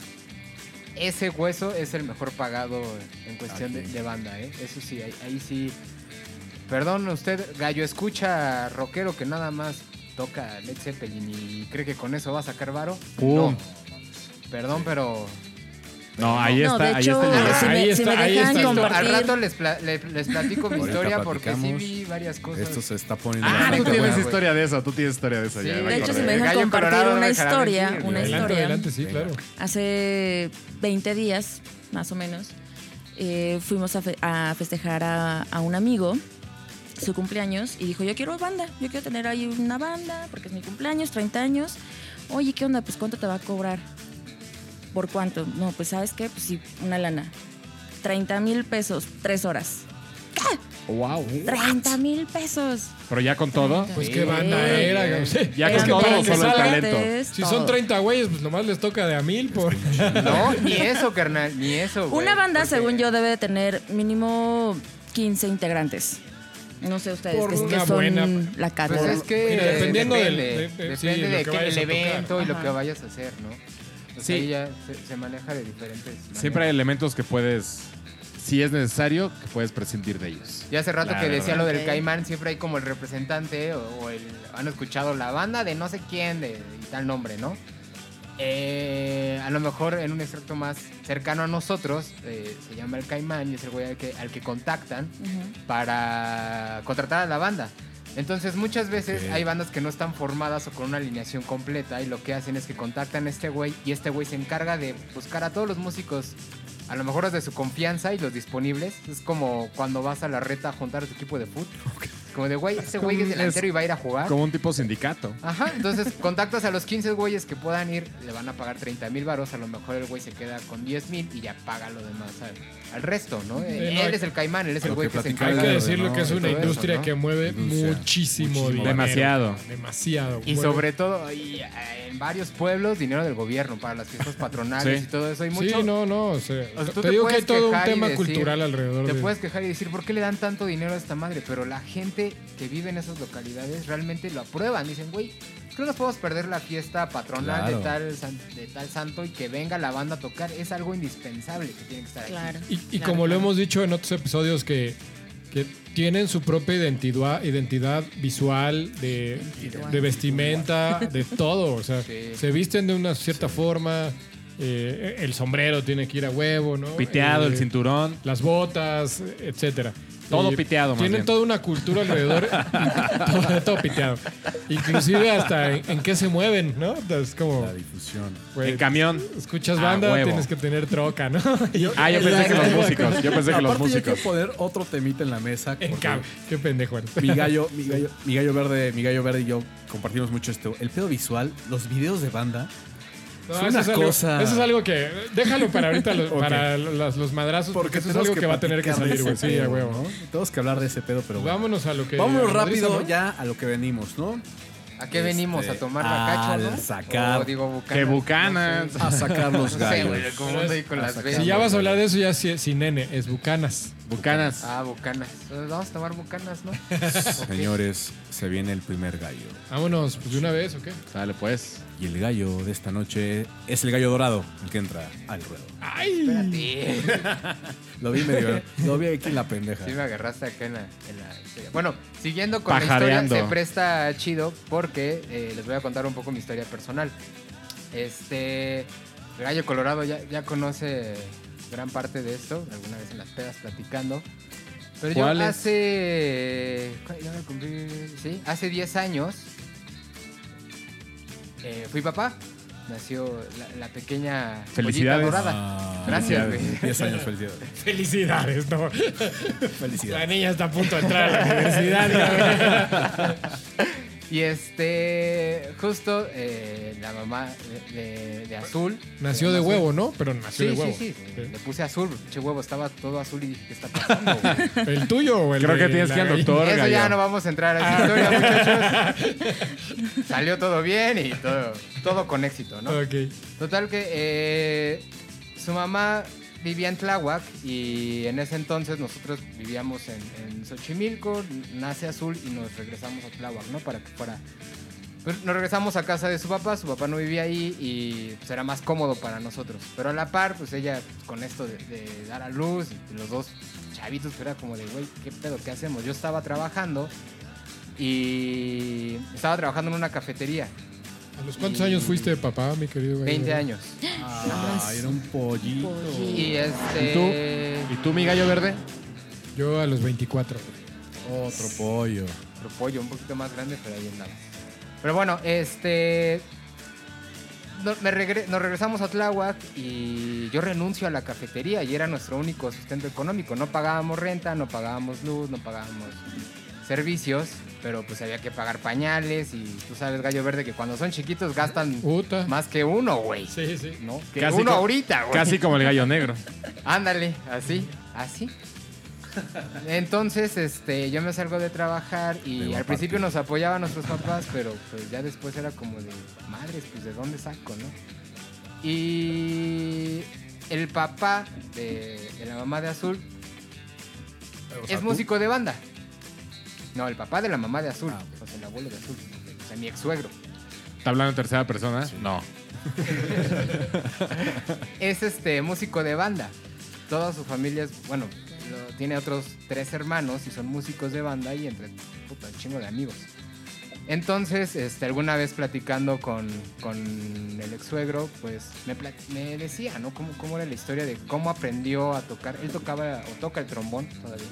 ese hueso es el mejor pagado en cuestión de banda, ¿eh? Eso sí, ahí sí. Perdón, usted, gallo, escucha rockero que nada más toca Led Zeppelin y cree que con eso va a sacar varo. ¡Pum! No. Perdón, pero No, ahí No, está, de ahí hecho, está el Ah, si ahí me, si está, me ahí dejan está. compartir... al rato les platico mi Ahorita historia porque sí platicamos. vi varias cosas. Esto se está poniendo. Ah, tú Perfecto, tienes güey. historia de eso, tú tienes historia de eso. Sí, ya, me de De hecho, acordé. si me El dejan gallo compartir colorado no una dejará historia, mentir, una güey. Adelante, historia. adelante, sí, Venga. claro. Hace 20 días, más o menos, fuimos a festejar a un amigo su cumpleaños y dijo, yo quiero banda, yo quiero tener ahí una banda porque es mi cumpleaños, 30 años. Oye, ¿qué onda? Pues ¿cuánto te va a cobrar? ¿Por cuánto? No, pues ¿sabes qué? Pues sí, una lana. 30,000 pesos, 3 horas. Wow. 30,000 pesos. Pero ya con todo. Pues Sí, qué banda güey. era. No sé. Ya Es con que todo para o que solo el salga- talento. Si son 30 güeyes, pues nomás les toca de a 1000 por... No, ni eso, carnal, ni eso, güey. Una banda, Porque- según yo, debe de tener mínimo 15 integrantes. No sé ustedes, Por que una son buena- la cata. Pues es que Mira, dependiendo depende, sí, depende lo de que qué, vayas el a tocar. evento y lo Ajá. que vayas a hacer, ¿no? O sea, Sí. ahí ya se maneja de diferentes maneras. Siempre hay elementos que puedes, si es necesario, que puedes prescindir de ellos. Ya hace rato La que decía verdad. lo del Ok. Caimán, siempre hay como el representante o el... Han escuchado la banda de no sé quién, de y tal nombre, ¿no? A lo mejor en un extracto más cercano a nosotros, se llama el Caimán y es el güey al que contactan Ujú. para contratar a la banda. Entonces muchas veces Ok. hay bandas que no están formadas o con una alineación completa y lo que hacen es que contactan a este güey y este güey se encarga de buscar a todos los músicos, a lo mejor los de su confianza y los disponibles. Es como cuando vas a la reta a juntar a tu equipo de fútbol. Como de, güey, ese güey es delantero y va a ir a jugar. Como un tipo sindicato. Ajá, entonces contactas a los 15 güeyes que puedan ir, le van a pagar 30,000 varos, a lo mejor el güey se queda con 10,000 y ya paga lo demás al resto, ¿no? no Él hay- es el Caimán, él es el Lo güey que que se platicaba Hay encarga que de- de... decirlo ¿no? que es de una todo eso, industria ¿no? que mueve Industria. muchísimo dinero. Demasiado. Demasiado. Y Mueve- sobre todo, en varios pueblos, dinero del gobierno para las fiestas patronales Sí. y todo eso. Y mucho, Sí, no. O sea, O sea, tú te te digo que hay puedes todo un quejar y tema decir- cultural alrededor Te de... puedes quejar y decir, ¿por qué le dan tanto dinero a esta madre? Pero la gente que vive en esas localidades realmente lo aprueban. Dicen, güey, es que no nos podemos perder la fiesta patronal Claro. de tal santo y que venga la banda a tocar. Es algo indispensable que tiene que estar Claro. aquí. Y Claro, como lo claro. hemos dicho en otros episodios que tienen su propia identidad visual, de vestimenta, de todo. O sea, Sí. se visten de una cierta forma, el sombrero tiene que ir a huevo, ¿no? Piteado, el cinturón. Las botas, etcétera. Todo Y piteado, más Tienen bien. toda una cultura alrededor, todo piteado. Inclusive hasta en qué se mueven, ¿no? Es como, La difusión. güey, En camión. escuchas Ah, banda, huevo. tienes que tener troca, ¿no? Y- Ah, yo pensé que los músicos. Yo pensé que los Aparte, yo músicos. quiero poner otro temita en la mesa. En porque qué pendejo eres. mi gallo verde y yo compartimos mucho esto. El pedo visual, los videos de banda. No, Es eso una es algo- cosa- Eso es algo que. Déjalo para ahorita, Ok. para los madrazos, porque eso es tenemos algo que va a tener que platicar de salir, güey. ese Sí, a pedo, huevo. ¿no? Tenemos que hablar de ese pedo, pero bueno. Vámonos a lo que. Vámonos a la rápido madriza, ¿no? ya a lo que venimos, ¿no? ¿A qué venimos? ¿A tomar la al cacho, no? sacar- O digo, bucanas. Que bucanas. A sacar los No sé, gallos. güey, como ando ahí con las Si venas. ya vas a hablar de eso, ya sin nene, es Bucanas. Bucanas. Bucanas. Vamos a tomar bucanas, ¿no? Señores, se viene el primer gallo. Vámonos, pues de una vez, ¿o qué? Sale pues. Y el gallo de esta noche es el gallo dorado, el que entra al ruedo. ¡Ay! Espérate. Lo vi aquí en la pendeja. Sí me agarraste acá en la historia. Bueno, siguiendo con Pajareando. la historia, se presta chido porque les voy a contar un poco mi historia personal. El gallo colorado ya conoce gran parte de esto, alguna vez en las pedas platicando. Pero yo ¿Cuáles? hace 10 años fui papá. Nació la pequeña Felicidades. pollita dorada. Gracias, güey. 10 años, felicidades. Felicidades, ¿no? La Felicidades. niña está a punto de entrar a la universidad. Y justo la mamá de Azul. Nació de huevo, ¿no? Pero nació de huevo. Sí. Le puse Azul. Che huevo, estaba todo azul y dije, ¿qué está pasando, güey? ¿El tuyo o el Creo que de tienes la que ir al gallina? doctor, Eso gallo. ya no vamos a entrar a esa historia, muchachos. Salió todo bien y todo con éxito, ¿no? Ok. Total que su mamá vivía en Tláhuac y en ese entonces nosotros vivíamos en Xochimilco, nace Azul y nos regresamos a Tláhuac, ¿no? Para que fuera... Pues nos regresamos a casa de su papá no vivía ahí y pues era más cómodo para nosotros. Pero a la par, pues ella con esto de dar a luz y los dos chavitos, pues era como de, güey, ¿qué pedo? ¿Qué hacemos? Yo estaba trabajando en una cafetería. ¿A los cuántos años fuiste de papá, mi querido gallo? 20 años. Era un pollito. Y ¿Y tú, mi gallo verde? Yo a los 24. Otro pollo. Otro pollo, un poquito más grande, pero ahí andaba. Pero bueno, nos regresamos a Tláhuac y yo renuncio a la cafetería y era nuestro único sustento económico. No pagábamos renta, no pagábamos luz, no pagábamos servicios, pero pues había que pagar pañales y tú sabes, gallo verde, que cuando son chiquitos gastan Puta. más que uno, güey. Sí, sí. ¿No? Que Casi uno co- ahorita, güey. Casi como el gallo negro. Ándale, así. Entonces, yo me salgo de trabajar y Pero al aparte. principio nos apoyaban nuestros papás, pero pues ya después era como de, madres, pues ¿de dónde saco, no? Y el papá de la mamá de Azul es músico de banda. No, el papá de la mamá de Azul, Ah, ok. o sea, el abuelo de Azul, o sea, mi ex suegro. ¿Está hablando en tercera persona? No. Es músico de banda. Toda su familia es, bueno, tiene otros 3 hermanos y son músicos de banda y entre puta, un chingo de amigos. Entonces, alguna vez platicando con el ex suegro, pues me decía, ¿no? ¿Cómo era la historia de cómo aprendió a tocar? Él tocaba o toca el trombón todavía.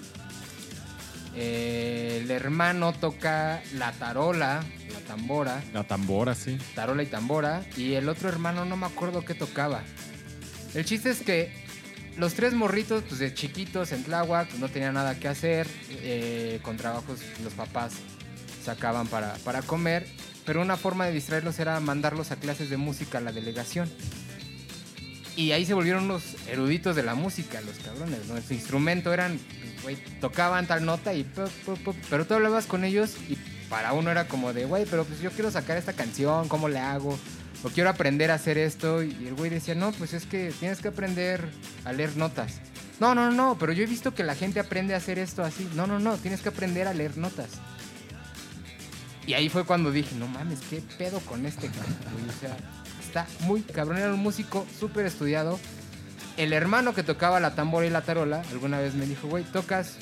El hermano toca la tarola, la tambora, La tambora, sí. tarola y tambora, y el otro hermano no me acuerdo qué tocaba. El chiste es que los 3 morritos, pues de chiquitos en Tláhuac, pues no tenían nada que hacer, con trabajos los papás sacaban para comer, pero una forma de distraerlos era mandarlos a clases de música a la delegación. Y ahí se volvieron unos eruditos de la música, los cabrones, ¿no? Su instrumento eran, pues, güey, tocaban tal nota y pero tú hablabas con ellos y para uno era como de, güey, pero pues yo quiero sacar esta canción, ¿cómo le hago? O quiero aprender a hacer esto. Y el güey decía, no, pues es que tienes que aprender a leer notas. No, pero yo he visto que la gente aprende a hacer esto así. No, tienes que aprender a leer notas. Y ahí fue cuando dije, no mames, ¿qué pedo con este cabrón, güey? O sea, está muy cabrón, era un músico súper estudiado. El hermano que tocaba la tambora y la tarola, alguna vez me dijo, güey, tocas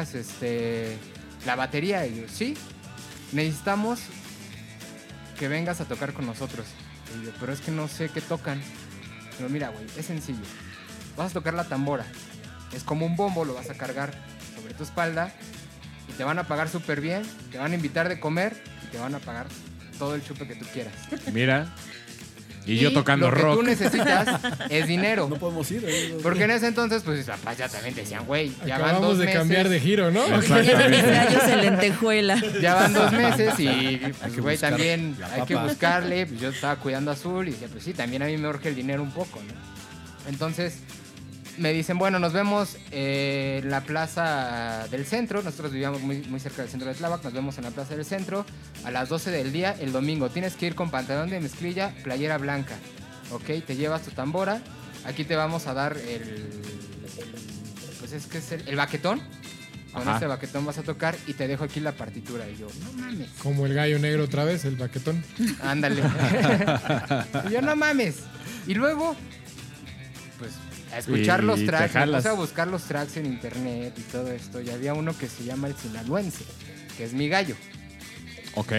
la batería. Y yo, sí, necesitamos que vengas a tocar con nosotros. Y yo, pero es que no sé qué tocan. Pero mira, güey, es sencillo. Vas a tocar la tambora. Es como un bombo, lo vas a cargar sobre tu espalda y te van a pagar súper bien, te van a invitar de comer y te van a pagar todo el chupe que tú quieras. Mira. Y yo tocando lo que rock. tú necesitas es dinero. No podemos ir. Porque en ese entonces, pues mis papás ya también decían, güey, ya van 2 Acabamos de meses. cambiar de giro, ¿no? Exactamente. Gallos en lentejuela. Ya van 2 meses y, Hay pues, que güey, buscar también la hay que papa. buscarle. Pues yo estaba cuidando a Azul y decía, pues sí, también a mí me urge el dinero un poco, ¿no? Entonces me dicen, bueno, nos vemos en la plaza del centro. Nosotros vivíamos muy cerca del centro de Tláhuac. Nos vemos en la plaza del centro a las 12 del día el domingo. Tienes que ir con pantalón de mezclilla, playera blanca. ¿Ok? Te llevas tu tambora. Aquí te vamos a dar pues es que es el baquetón. Con Ajá. este baquetón vas a tocar y te dejo aquí la partitura. Y yo, no mames. Como el gallo negro otra vez, el baquetón. Ándale. Y yo, no mames. Y luego, pues, a escuchar Y los te tracks. Me jalas. puse a buscar los tracks en internet y todo esto. Y había uno que se llama El Sinaloense, que es mi gallo. Ok.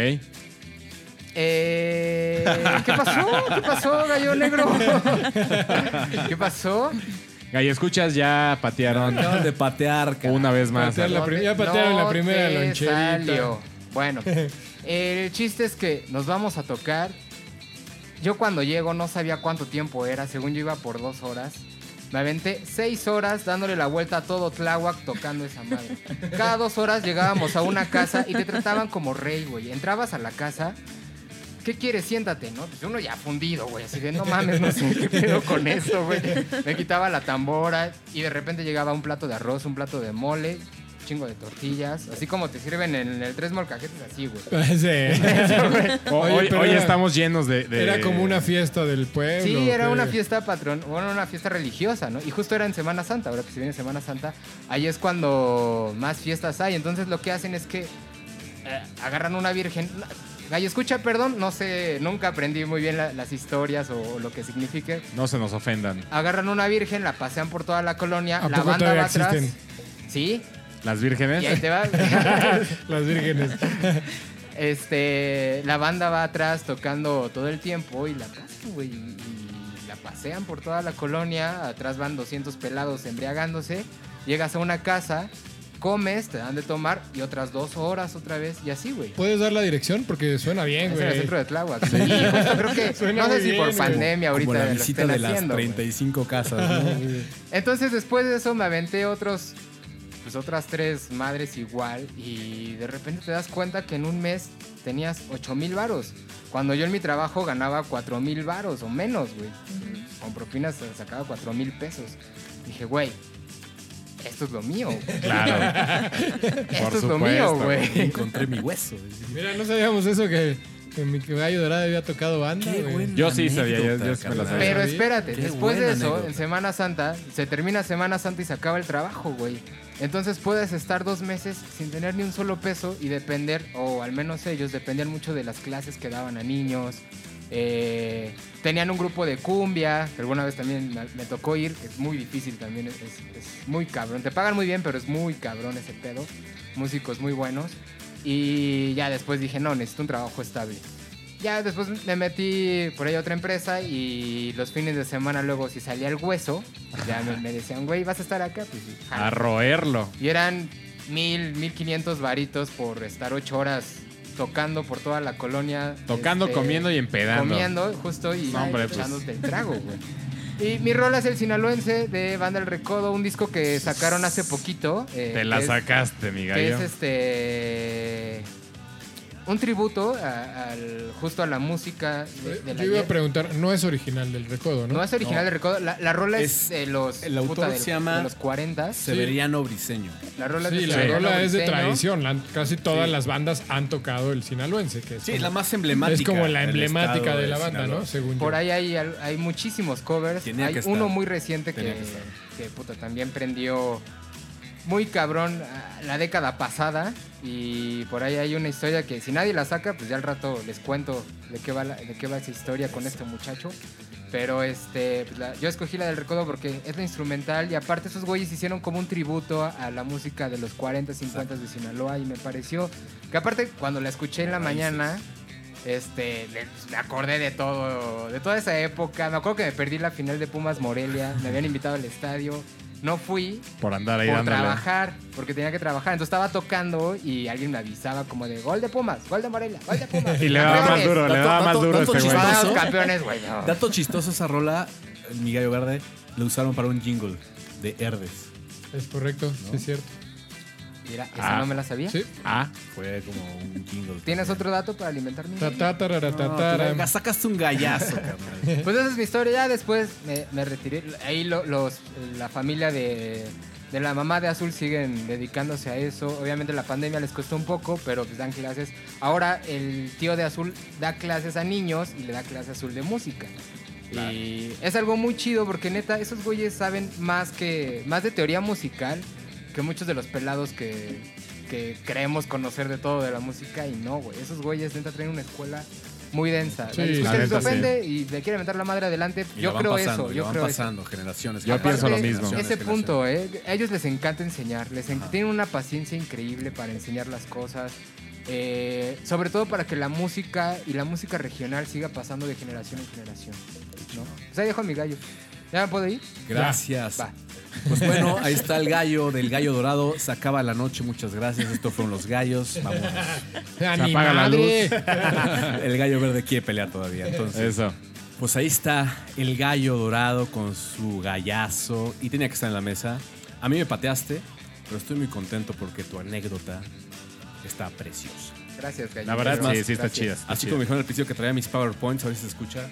¿Qué pasó? ¿Qué pasó, gallo negro? ¿Qué pasó? Gallo, escuchas, ya patearon Acaban de patear, cara. una vez más. Patear ya patearon la primera te loncherita. salió. Bueno, el chiste es que nos vamos a tocar. Yo cuando llego no sabía cuánto tiempo era. Según yo iba por 2 horas. Me aventé 6 horas dándole la vuelta a todo Tláhuac tocando esa madre. Cada 2 horas llegábamos a una casa y te trataban como rey, güey. Entrabas a la casa. ¿Qué quieres? Siéntate, ¿no? Pues uno ya fundido, güey. Así de, no mames, no sé qué pedo con eso, güey. Me quitaba la tambora y de repente llegaba un plato de arroz, un plato de mole, un chingo de tortillas. Así como te sirven en el 3 molcajetes, así, güey. Sí. Hoy, pero hoy era- estamos llenos de... Era como una fiesta del pueblo. Sí, era ¿qué? una fiesta bueno, una fiesta religiosa, ¿no? Y justo era en Semana Santa, ahora que se viene Semana Santa, ahí es cuando más fiestas hay. Entonces lo que hacen es que agarran una virgen. Gallo, escucha, perdón, no sé, nunca aprendí muy bien las historias o lo que signifique. No se nos ofendan. Agarran una virgen, la pasean por toda la colonia, ¿A la poco banda todavía va atrás. existen? Sí, Las vírgenes. y ahí te va. Las vírgenes. La banda va atrás tocando todo el tiempo y la pasan, güey. Y la pasean por toda la colonia. Atrás van 200 pelados embriagándose. Llegas a una casa, comes, te dan de tomar y otras 2 horas otra vez y así, güey. ¿Puedes dar la dirección? Porque suena bien, Es en el güey. centro de Tláhuac. Sí, justo creo que, Suena no sé muy si por bien, güey. pandemia ahorita Como la lo visita estén de las haciendo, güey. 35 casas, ¿no? Entonces después de eso me aventé otras 3 madres igual y de repente te das cuenta que en un mes tenías 8,000 varos. Cuando yo en mi trabajo ganaba 4,000 varos o menos, güey. Con propinas sacaba 4,000 pesos. Dije, güey, esto es lo mío. Claro. Esto es lo supuesto, mío, güey. Encontré mi hueso. Mira, no sabíamos eso que mi gallo dorado había tocado banda, Qué güey. buena Yo sí sabía, yo anécdota, sí me la carnal. sabía. Pero espérate, Qué después de buena eso, anécdota. en Semana Santa, se termina Semana Santa y se acaba el trabajo, güey. Entonces puedes estar 2 meses sin tener ni un solo peso y depender, o al menos ellos, dependían mucho de las clases que daban a niños. Tenían un grupo de cumbia, que alguna vez también me tocó ir, que es muy difícil también, es muy cabrón. Te pagan muy bien, pero es muy cabrón ese pedo. Músicos muy buenos. Y ya después dije, no, necesito un trabajo estable. Ya después me metí por ahí a otra empresa y los fines de semana luego si salía el hueso, ya me decían, güey, ¿vas a estar acá? Pues sí, jalo. A roerlo. Y eran 1,500 varitos por estar 8 horas tocando por toda la colonia. Tocando, comiendo y empedando. Comiendo, justo, y No, hombre, pues. echándote el trago, güey. Y mi rola es El Sinaloense de Banda El Recodo, un disco que sacaron hace poquito. Te la que es- sacaste, mi que gallo. es un tributo justo a la música de la Yo iba a ayer. preguntar, no es original del Recodo, ¿no? No es original de Recodo, la rola es Es- de los el autor se llama de los 40. Severiano Briseño. La rola es Sí, de la Severiano rola es de Briseño. tradición. Casi todas las bandas han tocado el sinaloense, que es, Sí, como, es la más emblemática. es como la del emblemática estado de la banda, Sinaloa. ¿no? Según Por yo. ahí hay muchísimos covers. Tenía Hay que estar. uno muy reciente Tenía que que estar. puta, también prendió muy cabrón la década pasada. Y por ahí hay una historia que si nadie la saca, pues ya al rato les cuento de qué va esa historia con este muchacho. Pero pues yo escogí la del Recodo porque es la instrumental y aparte esos güeyes hicieron como un tributo a la música de los 40, 50 de Sinaloa y me pareció que aparte cuando la escuché en la mañana, me acordé de todo, de toda esa época. Me acuerdo que me perdí la final de Pumas Morelia, me habían invitado al estadio, no fui Por andar ahí por dándole. trabajar, porque tenía que trabajar. Entonces estaba tocando y alguien me avisaba como de gol de Pumas, gol de Morelia, gol de Pumas. Y le daba más Campeones. duro, le Dato- daba más dato- duro a dato este güey. chistoso. Vamos, campeones, güey. no. Dato chistoso, esa rola, el Mi Gallo Verde, lo usaron para un jingle de Herdes. Es correcto, sí es cierto. Mira, esa no me la sabía. Sí. Ah, Fue como un jingle. ¿Tienes otro dato para alimentar mi Ta, vida? ta, tarara, ta, No, tara. tú sacaste un gallazo, carnal. Pues esa es mi historia. Ya después me retiré. Ahí la familia de la mamá de Azul siguen dedicándose a eso. Obviamente la pandemia les costó un poco, pero pues dan clases. Ahora el tío de Azul da clases a niños y le da clases a Azul de música. Y es algo muy chido porque neta, esos güeyes saben más de teoría musical que muchos de los pelados que creemos conocer de todo de la música. Y no, güey, esos güeyes neta traen una escuela muy densa. Sí, La discusión la se neta, ofende y le quiere meter la madre adelante. Y Yo lo van creo pasando, eso, y yo lo van creo eso. pasando generaciones. Yo pienso lo mismo. Ese generaciones. punto, a ellos les encanta enseñar, tienen una paciencia increíble para enseñar las cosas, sobre todo para que la música y la música regional siga pasando de generación en generación, ¿no? O sea, dejo a mi gallo. ¿Ya me puedo ir? Gracias. Va. Pues bueno, ahí está el gallo del gallo dorado. Se acaba la noche, muchas gracias. Estos fueron los gallos. Vámonos. ¡Ni apaga la madre! El gallo verde quiere pelear todavía. Entonces, Eso. pues ahí está el gallo dorado con su gallazo. Y tenía que estar en la mesa. A mí me pateaste, pero estoy muy contento porque tu anécdota está preciosa. Gracias, gallo. La verdad, Es más, sí, está gracias. chida. está Así chida. como me dijeron al principio que traía mis PowerPoints, a ver si se escucha.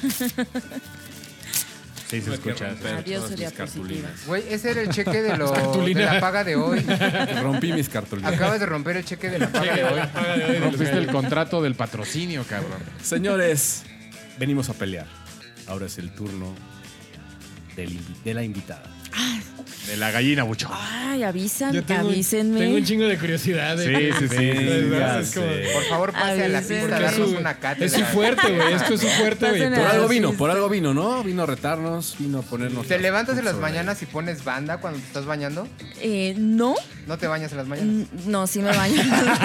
Sí, se Tuve que escucha. romper Adiós, todas mis diapositivas. cartulinas. Güey, ese era el cheque de Cartulina. la paga de hoy. Rompí mis cartulinas. Acabas de romper el cheque de la paga de hoy. Rompiste el contrato del patrocinio, cabrón. Señores, venimos a pelear. Ahora es el turno de la invitada. De la gallina, bucho. Ay, Yo avísenme. tengo un chingo de curiosidad. Sí. ¿Verdad? Es como- Por favor, pase a la Avisen. pista a Porque darnos su- una es cátedra. su fuerte, güey. Esto es su fuerte, güey. Pasen Por Ah, algo vino, ¿no? Vino a retarnos, vino a ponernos. ¿Te levantas en las sobre- mañanas y pones banda cuando te estás bañando? No. ¿No te bañas en las mañanas? No, sí me baño.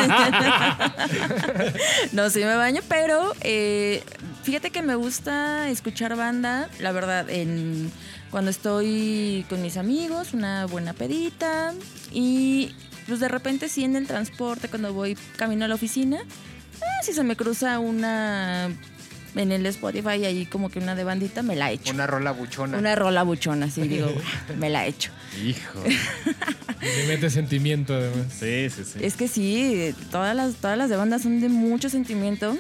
No, sí me baño, pero fíjate que me gusta escuchar banda, la verdad, cuando estoy con mis amigos, una buena pedita y pues de repente sí en el transporte, cuando voy camino a la oficina, si se me cruza una en el Spotify ahí como que una de bandita, me la echo. Una rola buchona. Una rola buchona, sí, digo, me la echo. Hijo. Le mete sentimiento, además. Sí. Es que sí, todas las de banda son de mucho sentimiento.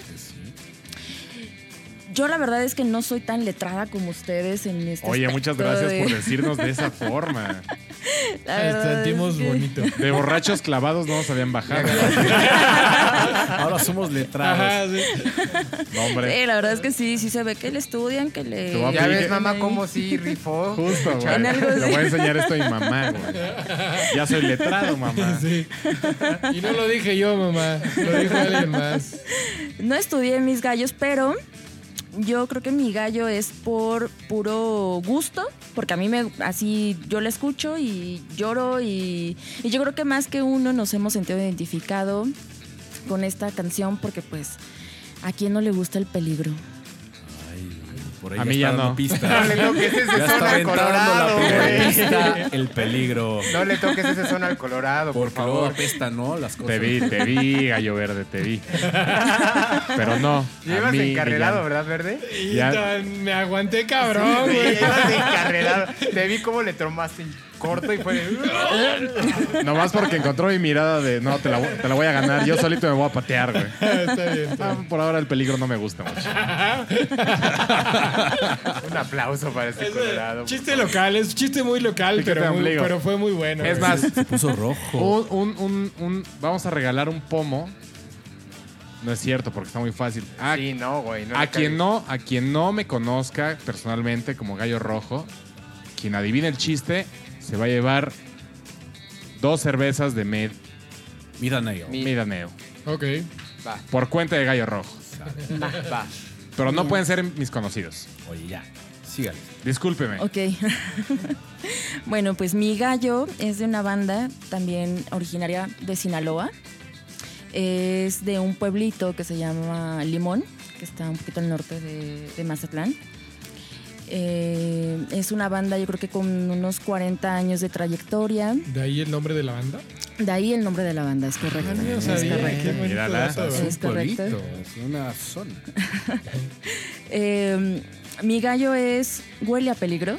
Yo la verdad es que no soy tan letrada como ustedes en este Oye, muchas aspecto gracias de- por decirnos de esa forma. La verdad Sentimos es que- bonito. De borrachos clavados no nos habían bajado. Ahora somos letrados. Ajá, sí. No, hombre. Sí, la verdad es que sí se ve que le estudian, que le... Tu Ya Dije- ves, mamá, cómo sí rifó. Justo, güey. En algo Le así. voy a enseñar esto a mi mamá, güey. Ya soy letrado, mamá. Sí. Y no lo dije yo, mamá. Lo dijo alguien más. No estudié mis gallos, pero yo creo que mi gallo es por puro gusto, porque a mí así yo la escucho y lloro y yo creo que más que uno nos hemos sentido identificado con esta canción porque pues a quién no le gusta el peligro. Por ahí A mí ya está dando no. pista. No le toques ese Ya son está al aventando Colorado, la primera güey. pista, el peligro. No le toques ese son al Colorado, por Porque luego favor. apesta, ¿no? Las cosas. Te vi, gallo verde, te vi. Pero no. a Llevas mí encarrelado, ya- ¿verdad, Verde? Y Ya. me aguanté, cabrón, Sí, güey. llevas encarrelado. Te vi cómo le tomaste en corto y fue de... Nomás porque encontró mi mirada de no, te la voy a ganar. Yo solito me voy a patear, güey. Está bien, está Ah, bien. por ahora el peligro no me gusta mucho. Un aplauso para este Colorado. Chiste local, es chiste muy local, Piquete de pero ombligo. fue muy bueno. Es güey. más, Se puso rojo. vamos a regalar un pomo. No es cierto, porque está muy fácil. Sí, no, güey. A quien no me conozca personalmente como Gallo Rojo, quien adivine el chiste, se va a llevar 2 cervezas de Midaneo. Midaneo. Ok. Va, Por cuenta de Gallo Rojo. va. Pero no pueden ser mis conocidos. Oye, ya. Sígale. Discúlpeme. Ok. Bueno, pues mi gallo es de una banda también originaria de Sinaloa. Es de un pueblito que se llama Limón, que está un poquito al norte de Mazatlán. Es una banda, yo creo que con unos 40 años de trayectoria. De ahí el nombre de la banda. De ahí el nombre de la banda, es correcto. No Es sabía, correcto. qué bonito Mírala. dato, Es güey. Es un pueblito, correcto. es una zona. Mi gallo huele a peligro.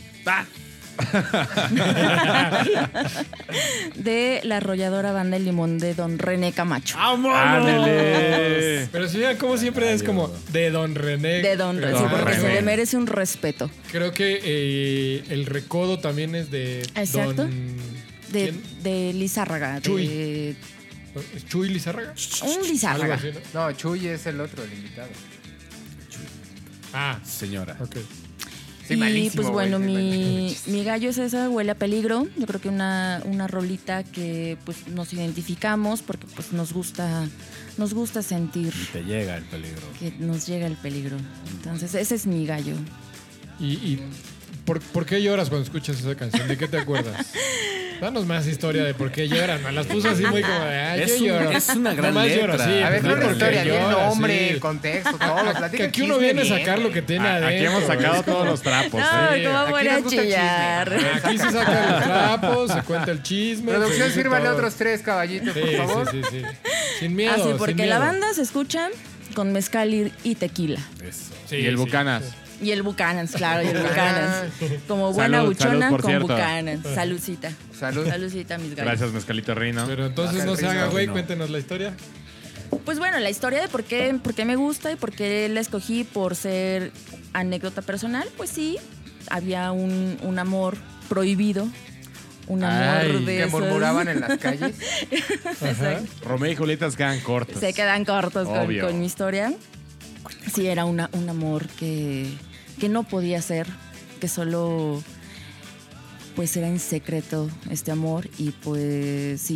De la arrolladora banda El Limón de Don René Camacho. ¡Ándele! Pero sí, como siempre es como de Don René. De Don René, sí, Don porque se René. le merece un respeto. Creo que el recodo también es de Exacto. Don... De, ¿Quién? de Lizárraga. Chuy. De ¿Es Chuy Lizárraga? un Algo Lizárraga. así, ¿no? No, Chuy es el otro, el invitado. Ah, señora. ok. Sí, y malísimo, pues bueno, güey, mi gallo es esa, Huele a Peligro. Yo creo que una rolita que pues nos identificamos porque pues nos gusta sentir Y te llega el peligro. que nos llega el peligro. Entonces, ese es mi gallo. ¿Y por qué lloras cuando escuchas esa canción? ¿De qué te acuerdas? Danos más historia de por qué lloras. Me las puso así muy como de, ay, Es yo lloro. es una gran Nomás letra. lloro, sí. A ver, pues, no ¿por una qué historia, bien lloras? nombre, Sí. el contexto, todo. Platica Que el aquí uno chisme viene a bien, sacar lo güey. que tiene adentro. Aquí hemos sacado es como- todos los trapos. No, sí. ¿cómo Aquí voy nos a gusta el chisme. chillar? Aquí se sacan los trapos, se cuenta el chisme. Producción, se dice sírvale todo. otros 3 caballitos, Sí, por favor. sí. Sin miedo. Así, sin porque miedo. la banda se escucha con mezcal y tequila. Eso. Sí, Y el sí, Bucanas. sí. Y el Buchanan's, claro, y el Buchanan's. Como buena Salud, buchona salud, por con cierto. Buchanan's. Saludcita. Salud. Saludcita, mis gallos. Gracias, Mezcalito Rino. Pero entonces no se haga, güey, cuéntenos la historia. Pues bueno, la historia de por qué me gusta y por qué la escogí por ser anécdota personal, pues sí, había un amor prohibido. Un amor Ay, de Que esos- murmuraban en las calles. Ajá. Romeo y Julieta quedan cortos. Se quedan cortos Obvio. con mi historia. Sí, era un amor que no podía ser, que solo pues era en secreto este amor y pues sí,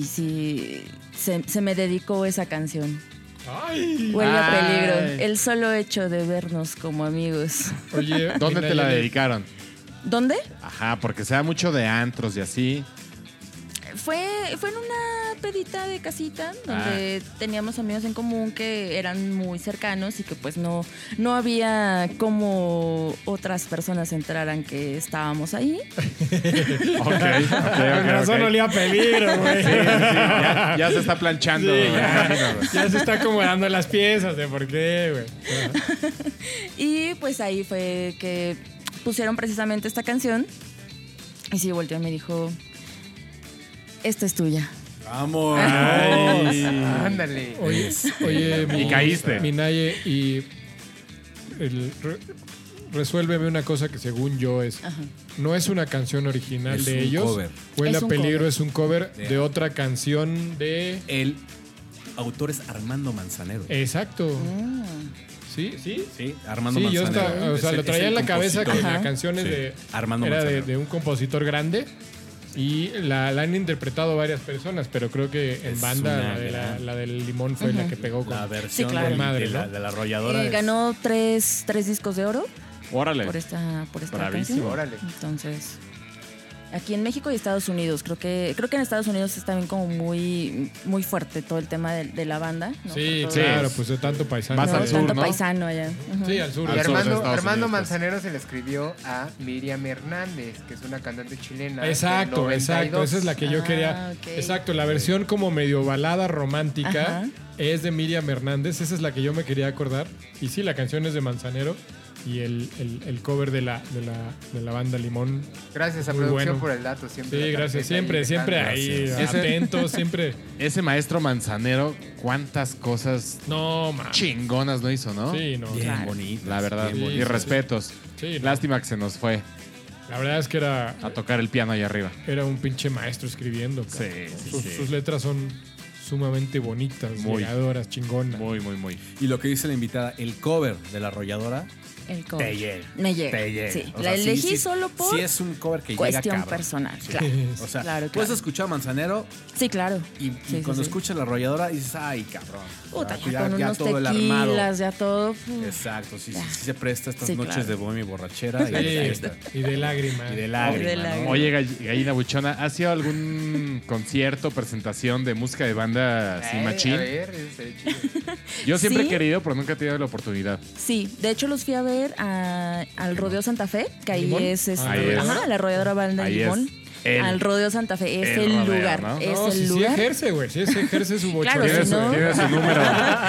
se me dedicó esa canción. Ay. Huele a Ay. peligro, el solo hecho de vernos como amigos. Oye, ¿Dónde te la Nayeli, dedicaron? ¿Dónde? Ajá, porque se da mucho de antros y así. Fue en una pedita de casita donde teníamos amigos en común que eran muy cercanos y que pues no había como otras personas entraran que estábamos ahí. Ok. Con razón olía a peligro, güey. Ya se está planchando. Sí, me imagino, güey. Ya se está acomodando las piezas de por qué, güey. Y pues ahí fue que pusieron precisamente esta canción. Y sí, volteó y me dijo, esta es tuya. ¡Vamos! Ándale. Oye, Y caíste. Minaye, y resuélveme una cosa que según yo es... No es una canción original Es de un ellos. cover. Huele Es a un peligro cover. es un cover De- de otra canción de... El autor es Armando Manzanero. Exacto. Ah. Sí, sí. Sí, Armando Sí, yo Manzanero. estaba, o sea, Es lo el- traía es en el la cabeza que compositor. la Ajá. canción es Sí, de... Armando Era Manzanero. de un compositor grande y la han interpretado varias personas, pero creo que en Es banda una la, gran- la del Limón fue la que pegó con... La versión Sí, claro. del- Madre, de, la, ¿no? de la arrolladora. es- Ganó tres discos de oro Órale. por esta Bravísimo. canción. Órale. Entonces, aquí en México y Estados Unidos, creo que en Estados Unidos está bien como muy fuerte todo el tema de la banda. ¿no? Sí, Por todo- claro, pues de tanto paisano. Vas no, al sur, tanto ¿no? paisano allá. Ujú. Sí, al sur. Y Al sur de Armando, Estados Armando Unidos, pues. Manzanero se le escribió a Miriam Hernández, que es una cantante chilena. Exacto, del exacto. 92. Esa es la que yo Ah, quería. ok. Exacto, la versión como medio balada romántica Ajá. es de Miriam Hernández. Esa es la que yo me quería acordar. Y sí, la canción es de Manzanero. Y el cover de la banda Limón. Gracias a Muy producción bueno. por el dato. Siempre Sí, la gracias. tarjeta Siempre ahí ahí Gracias. atentos, siempre. Ese maestro Manzanero, cuántas cosas No, man. chingonas no hizo, ¿no? Sí, no. Bien Claro. bonito. La verdad. Sí, y sí, respetos. Sí, no. Lástima que se nos fue La verdad es que era a tocar el piano allá arriba. un pinche maestro escribiendo. cabrón. Sí, Sus letras son sumamente bonitas, Muy. llegadoras, chingonas. Muy, muy, muy. Y lo que dice la invitada, el cover de la arrolladora, El cover. te llega. Me llega. Te llega. Sí, O la sea, sí, elegí sí, solo por Sí, es un cover que llega cuestión cabrón. personal. Sí. Claro. O sea, Claro, puedes claro. escuchar a Manzanero Sí, claro. y Sí, cuando sí. escuchas la arrolladora dices, ay, cabrón. Puta, O sea, ya con unos todo el armado. tequilas, ya todo. Exacto, sí, Ya. sí se presta estas Sí, noches claro. de bohemia y borrachera y Sí, de fiesta. y de lágrimas. Y de lágrima, de ¿no? lágrima. Oye, Gallina Buchona, ¿has ido a algún concierto, presentación de música de banda así machín? A ver, ese chido. Yo siempre Sí. he querido, pero nunca he tenido la oportunidad. Sí, de hecho los fui a ver al Rodeo Santa Fe, que ahí ¿Limón? es, Ahí es. ajá, la arrolladora banda de Ahí es Limón. el- Al Rodeo Santa Fe, es el el rodeo, lugar, ¿no? es No, el sí lugar. ejerce, güey. Sí ejerce su bochorno. Claro, Tiene, si su, no- tiene su número,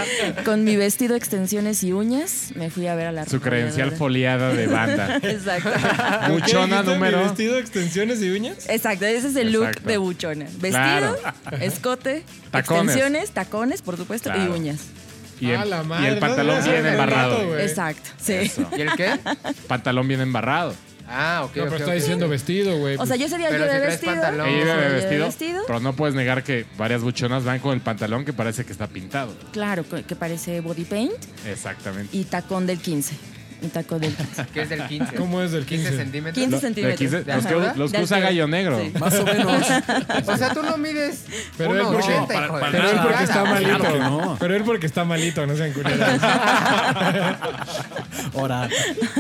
Con mi vestido, extensiones y uñas, me fui a ver a la su credencial arrolladora. foliada de banda. Exacto. Buchona ¿Qué dijiste? número. ¿Mi vestido, extensiones y uñas? Exacto, ese es el look Exacto. de buchona. Vestido, Claro. escote, Tacones. extensiones, tacones, por supuesto, Claro. y uñas. Y Ah, el, la y madre, el no, pantalón no, bien no, embarrado. no, güey. Exacto, sí. Eso. ¿Y el qué? Pantalón bien embarrado. Ah, ok. No, pero ok, está ok. diciendo vestido, güey. O sea, yo ese día Pero llevé si traes vestido. pantalón. Ella No, iba de llevé vestido, vestido. pero no puedes negar que varias buchonas van con el pantalón que parece que está pintado. Claro, que parece body paint Exactamente. y tacón del 15. Un taco del 15. ¿Qué es del 15? ¿Cómo es del 15? 15 centímetros. 15 De centímetros. 15, ¿De los altura? que, los que De usa altura. Gallo Negro. Sí. Más o menos. O sea, tú no mides Pero él 1.80, porque- hijo de Pero él la porque está chingada. malito. Claro que no. Pero él porque está malito, no sean culeros. Ahora.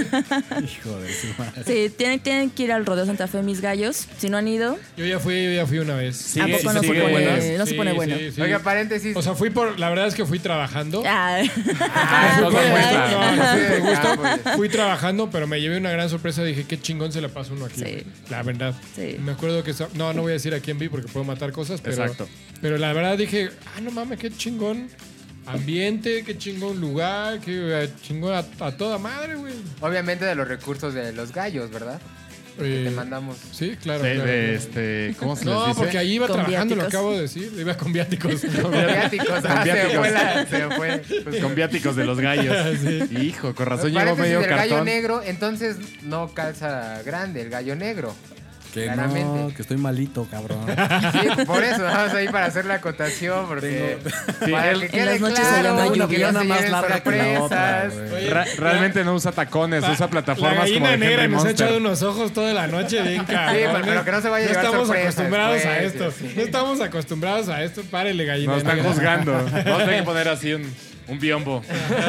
Hijo de su madre. Sí, tienen que ir al Rodeo Santa Fe mis gallos. Si no han ido, Yo ya fui una vez. Sigue- ¿a poco no se sigue- pone, no se Sí, pone bueno? sí, sí. Oiga, paréntesis. O sea, la verdad es que fui trabajando. Ah, no Fui- se muestra. no, fui por gusto. Ah, pues. Fui trabajando, pero me llevé una gran sorpresa. Dije, qué chingón se la pasa uno aquí. Sí. güey. La verdad. Sí. Me acuerdo que... No voy a decir a quién vi porque puedo matar cosas, pero... Exacto. Pero la verdad dije, no mames, qué chingón ambiente, qué chingón lugar, qué chingón a toda madre, güey. Obviamente de los recursos de los gallos, ¿verdad? Que te Eh, mandamos. Sí, claro. De, claro, de claro. ¿cómo se les No, dice? porque ahí iba Con trabajando, lo viáticos. acabo de decir. Iba con viáticos. Viáticos. Ah, se fue. Pues, Con viáticos de los gallos. Sí. Hijo, con razón llegó paréntesis medio del gallo cartón. negro, entonces no calza grande el gallo negro. Que Claramente. no, que estoy malito, cabrón. Sí, por eso vamos ahí para hacer la acotación, porque Sí, para él- que En quede las noches se claro, llama que lluvia. no se Pierna más lleven larga que la otra, sorpresas. güey. Oye, realmente no usa tacones, usa La plataformas como gallina de negra Henry nos ha Monster. echado unos ojos toda la noche bien cabrón. pero que no se vaya a llevar estamos sorpresas, acostumbrados a pues, esto. sí. No estamos acostumbrados a esto. Párele, gallina Nos están negra. juzgando. Vamos a tener que poner así un biombo.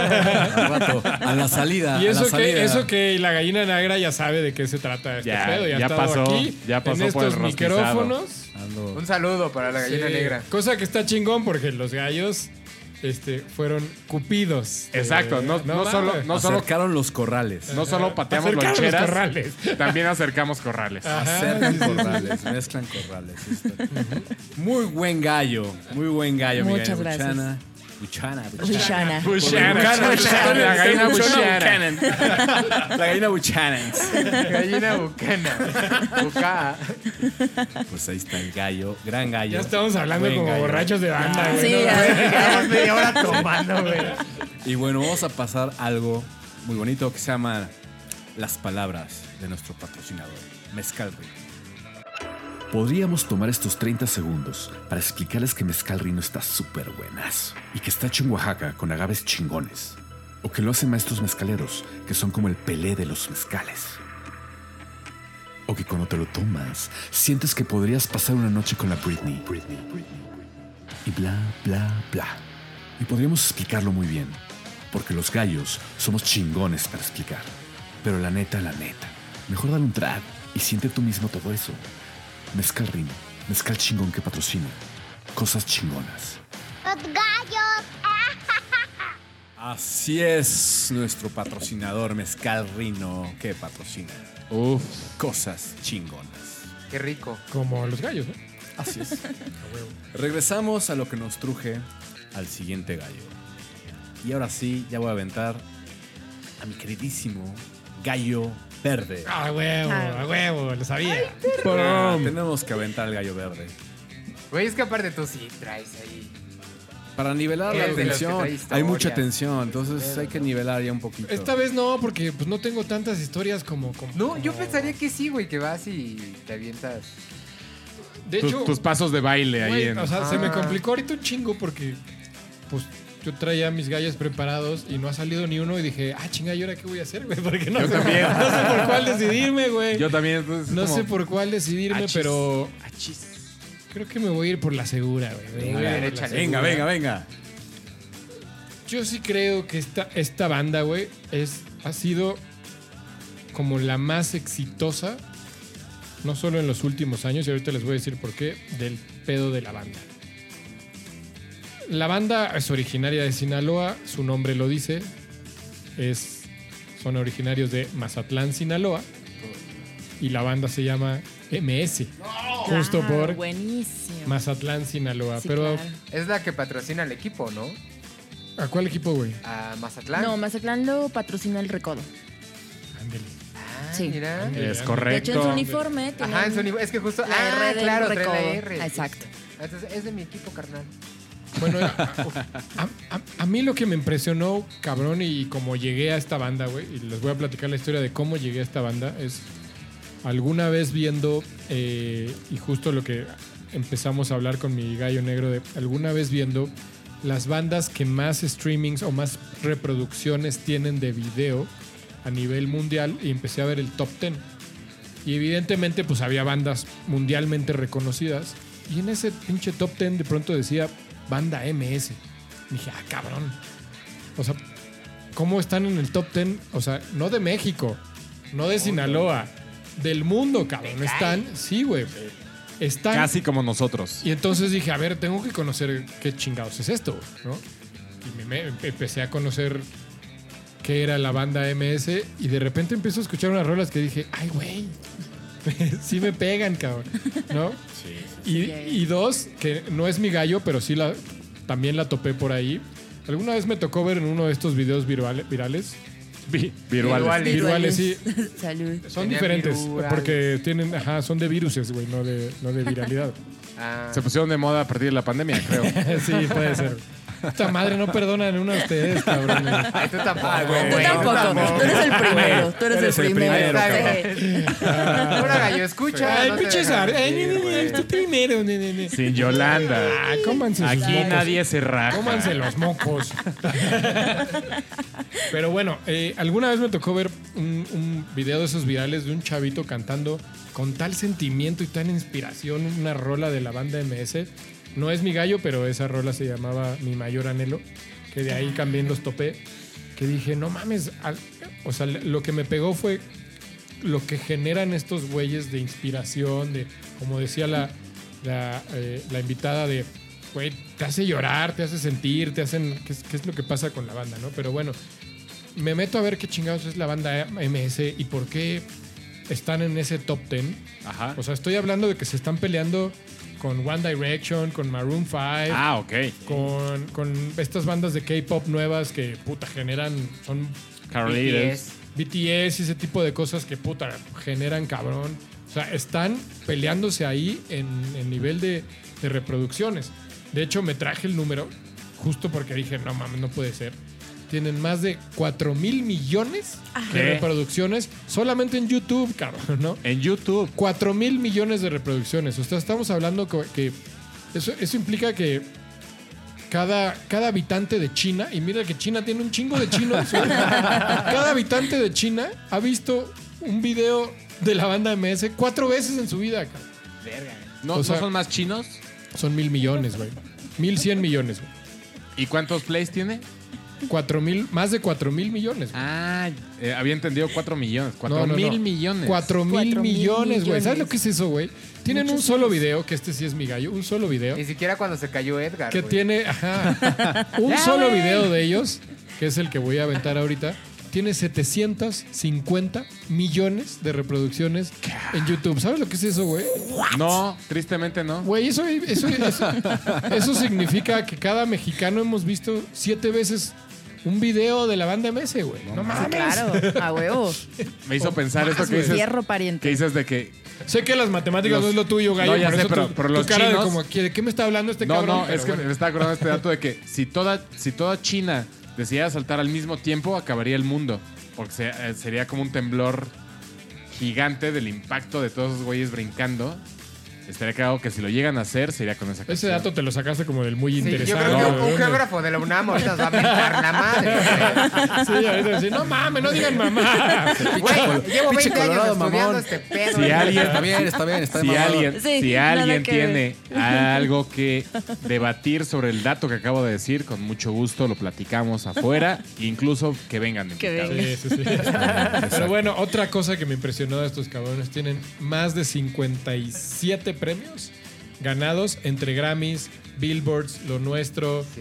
Al rato, a la salida. Y a la salida. eso que la gallina negra ya sabe de qué se trata este Ya, pedo. ya ha estado pasó, aquí ya pasó en por el estos rostizado. micrófonos. Ando- Un saludo para la gallina Sí, negra. Cosa que está chingón porque los gallos fueron cupidos. Exacto, no mames. solo Acercaron los corrales. no solo pateamos Acercaron los loncheras, corrales. también acercamos corrales. Acercan corrales, mezclan corrales. Muy buen gallo, mi Muchas gallo. gracias. Buchana. Bushana. Buchanan, la gallina Buchanan. La gallina Buchanan. Gallina bucana. Bucá. Pues ahí está el gallo, gran gallo. Ya estamos hablando Buen como gallo. borrachos de banda, güey. Sí, ¿no? ya. Llevamos media hora tomando, güey. Y bueno, vamos a pasar algo muy bonito que se llama las palabras de nuestro patrocinador, Mezcal Rino. Podríamos tomar estos 30 segundos para explicarles que Mezcal Rino está súper buenas y que está hecho en Oaxaca con agaves chingones. O que lo hacen maestros mezcaleros, que son como el Pelé de los mezcales. O que cuando te lo tomas, sientes que podrías pasar una noche con la Britney. Y bla, bla, bla. Y podríamos explicarlo muy bien, porque los gallos somos chingones para explicar. Pero la neta, mejor dale un trago y siente tú mismo todo eso. Mezcal Rino, mezcal chingón que patrocina. Cosas chingonas. Los gallos. Así es, nuestro patrocinador Mezcal Rino que patrocina. Uf. Cosas chingonas. Qué rico. Como los gallos, ¿no? Así es. Regresamos a lo que nos truje al siguiente gallo. Y ahora sí, ya voy a aventar a mi queridísimo gallo verde. A huevo, lo sabía. Tenemos que aventar al gallo verde. Güey, es que aparte tú sí traes ahí. Para nivelar la Eres de los que tensión, trae hay historia. mucha tensión, entonces hay que nivelar ya un poquito. Esta vez no, porque pues no tengo tantas historias como... No, yo como- pensaría que sí, güey, que vas y te avientas. De hecho, Tus pasos de baile ahí güey, en... o sea, se me Ah. complicó ahorita un chingo porque pues yo traía mis gallos preparados y no ha salido ni uno y dije, chinga, ¿y ahora qué voy a hacer, güey? Porque no, Yo sé, también. no sé por cuál decidirme, güey. Yo también. Entonces, No como- sé por cuál decidirme, Achis. pero Achis. creo que me voy a ir por la segura, güey. Muy bien, échale. Venga. Yo sí creo que esta banda, güey, ha sido como la más exitosa, no solo en los últimos años, y ahorita les voy a decir por qué, del pedo de la banda. La banda es originaria de Sinaloa, su nombre lo dice, son originarios de Mazatlán, Sinaloa, y la banda se llama MS, justo Claro, por buenísimo. Mazatlán, Sinaloa. Sí, Pero, claro. Es la que patrocina al equipo, ¿no? ¿a cuál equipo, güey? A Mazatlán. No, Mazatlán lo patrocina el Recodo. Ándale. Ah, Sí. mira. Es De hecho, en correcto. su uniforme tienen Ajá, en su nivel. Es que justo. la R del claro, trae Recodo. la R. Exacto. Entonces, es de mi equipo, carnal. Bueno, a mí lo que me impresionó, cabrón, y como llegué a esta banda, güey, y les voy a platicar la historia de cómo llegué a esta banda, es alguna vez viendo, y justo lo que empezamos a hablar con mi gallo negro, de alguna vez viendo las bandas que más streamings o más reproducciones tienen de video a nivel mundial y empecé a ver el top 10. Y evidentemente pues había bandas mundialmente reconocidas. Y en ese pinche top 10 de pronto decía banda MS. Y dije, cabrón. O sea, ¿cómo están en el top 10? O sea, no de México, no de Sinaloa, del mundo, cabrón. Están, sí, güey. Están. Casi como nosotros. Y entonces dije, a ver, tengo que conocer qué chingados es esto, ¿no? Y empecé a conocer qué era la banda MS y de repente empiezo a escuchar unas rolas que dije, ay, güey, sí me pegan, cabrón, ¿no? Sí. Y dos, que no es mi gallo, pero sí también la topé por ahí. Alguna vez me tocó ver en uno de estos videos virales. Virtuales. Sí. Salud. Son Tenía diferentes virales. porque son de viruses, güey, no de viralidad. Se pusieron de moda a partir de la pandemia, creo. Sí, puede ser. Esta madre no perdona ni una de ustedes, cabrón. Ay, tú tampoco, Tú güey. tampoco. Tú eres el primero. Tú eres el primero. Sí. Ahora, gallo, escucha. Ay, no te pinches dejan ar. Tú primero, nene. Sin Yolanda. Cómanse sus Aquí mocos. nadie se raja. Cómanse los mocos. Pero bueno, alguna vez me tocó ver un video de esos virales de un chavito cantando con tal sentimiento y tal inspiración una rola de la banda MS. No es mi gallo, pero esa rola se llamaba Mi Mayor Anhelo, que de ahí también los topé. Que dije, no mames. O sea, lo que me pegó fue lo que generan estos güeyes de inspiración, de, como decía la invitada, de, güey, te hace llorar, te hace sentir, te hacen... ¿Qué es lo que pasa con la banda, no? Pero bueno, me meto a ver qué chingados es la banda MS y por qué están en ese top 10. Ajá. O sea, estoy hablando de que se están peleando con One Direction, con Maroon 5, Ok. con estas bandas de K-pop nuevas que, puta, son Carolinas. BTS. BTS y ese tipo de cosas que, puta, generan cabrón. O sea, están peleándose ahí en nivel de reproducciones. De hecho, me traje el número justo porque dije, no mames, no puede ser. Tienen más de 4,000 millones de ¿Qué? reproducciones solamente en YouTube, cabrón, ¿no? En YouTube. 4,000 millones de reproducciones. O sea, estamos hablando que eso implica que cada habitante de China, y mira que China tiene un chingo de chinos, ¿sí? Cada habitante de China ha visto un video de la banda MS 4 veces en su vida, cabrón. Verga. ¿No, O sea- ¿no son más chinos? Son 1,000 millones, güey. 1,100 millones, güey. ¿Y cuántos plays tiene? 4,000, más de 4,000 millones, güey. Había entendido 4 millones. 4 No. mil millones. 4,000 4,000 millones, güey. ¿Sabes millones. lo que es eso, güey? Tienen un Muchos solo más. video, que este sí es mi gallo, un solo video, Ni siquiera cuando se cayó Edgar. que güey. tiene, un Ya, solo güey. video de ellos, que es el que voy a aventar ahorita, tiene 750 millones de reproducciones en YouTube. ¿Sabes lo que es eso, güey? No, tristemente no. Güey, eso significa que cada mexicano hemos visto 7 veces un video de la banda MS, güey. No mames. Claro, a huevo. Me hizo pensar esto que güey. dices. Fierro Que pariente. dices de que. Sé que las matemáticas no es lo tuyo, gallo. No, ya por sé, eso pero tu los cara chinos- de como, ¿de qué me está hablando este No, cabrón? no, Pero es que bueno. me está acordando este dato de que si toda China decidiera saltar al mismo tiempo, acabaría el mundo. Porque sería como un temblor gigante del impacto de todos esos güeyes brincando. Estaría claro que si lo llegan a hacer, sería con esa Ese canción. dato te lo sacaste como del muy Sí, yo interesante. creo que güey. un geógrafo de la UNAM ahorita nos va a mentar la madre. Sí, ahorita sí. No mames, no digan mamá. Güey, llevo Pinche 20 años colorado, estudiando mamón. este pedo. Si alguien- Está bien, está de Si mamada. alguien, Sí, si nada alguien que tiene algo que debatir sobre el dato que acabo de decir, con mucho gusto lo platicamos afuera, incluso que vengan. Que invitados. vengan. Sí. Pero bueno, otra cosa que me impresionó de estos cabrones, tienen más de 57 premios ganados entre Grammys, Billboards, Lo Nuestro, Sí.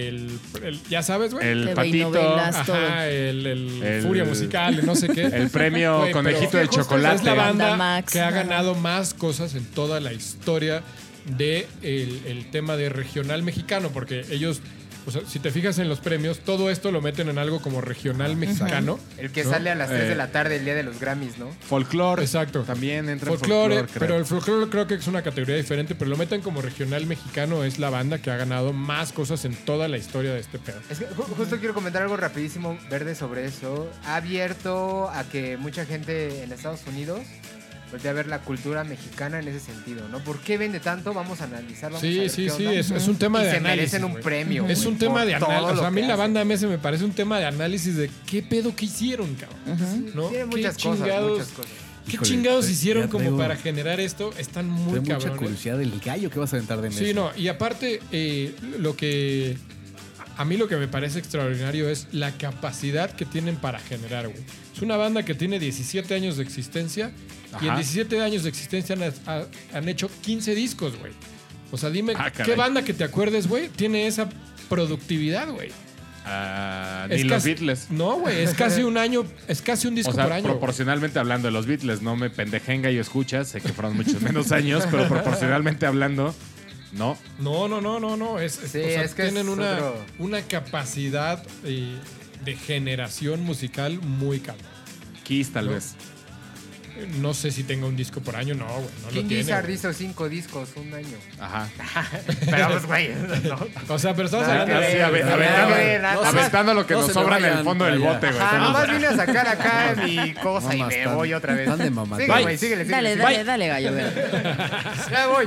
ya sabes, güey. El TV y patito, novelas. todo. Ajá, el El- Furia Musical, no sé qué. el premio Güey, Conejito pero del justo Chocolate. Es la banda Banda Max. que ha Ajá. ganado más cosas en toda la historia de el tema de regional mexicano, porque ellos, o sea, si te fijas en los premios, todo esto lo meten en algo como regional mexicano. El que ¿no? sale a las 3 de la tarde el día de los Grammys, ¿no? Folclore. Exacto. También entra en Folclore, folclore, creo. pero el folclore creo que es una categoría diferente, pero lo meten como regional mexicano, es la banda que ha ganado más cosas en toda la historia de este pedo. Es que justo quiero comentar algo rapidísimo, Verde, sobre eso. Ha abierto a que mucha gente en Estados Unidos voltea a ver la cultura mexicana en ese sentido, ¿no? ¿Por qué vende tanto? Vamos a analizar, vamos a Sí, ver sí, qué sí, onda. es un tema Y de se análisis. merecen un güey. premio. Es güey, un tema por de todo análisis. O sea, lo a mí que la hacen. banda MS me parece un tema de análisis de qué pedo que hicieron, cabrón. ¿No? Tiene ¿Qué muchas chingados, cosas. ¿Qué Híjole, chingados ya hicieron como traigo- para generar esto? Están muy Tengo mucha cabrones. curiosidad del gallo que vas a aventar de mesa. Sí, no, y aparte, lo que a mí lo que me parece extraordinario es la capacidad que tienen para generar, güey. Es una banda que tiene 17 años de existencia y en Ajá. 17 17 años de existencia han hecho 15 discos, güey. O sea, dime, Ah, caray. ¿qué banda que te acuerdes, güey, tiene esa productividad, güey? Ni Es los casi- Beatles. No, güey, es casi un año, es casi un disco O sea, por año. güey. proporcionalmente hablando de los Beatles, no me pendejenga y escuchas, sé que fueron muchos menos años, pero proporcionalmente hablando, no. No. Sí, o sea, es que tienen es una, otro- una capacidad de generación musical muy cabrón. Kiss tal No. vez. No sé si tenga un disco por año, no, güey. No lo King tiene. Gizzard güey. hizo 5 discos un año. Ajá. Pero pues, güey, no. O sea, pero estamos Nada hablando que de. Así, ver, aventando, nada que ver, nada más. aventando lo que no nos se me sobra en el vayan fondo del allá. bote, güey. Ajá, Estamos- nomás vine a sacar acá mi cosa y Mamas me tan- voy otra vez. tan de mamador. Sigue, Bye. güey, síguele. Dale, dale, gallo. Ven. Ya voy.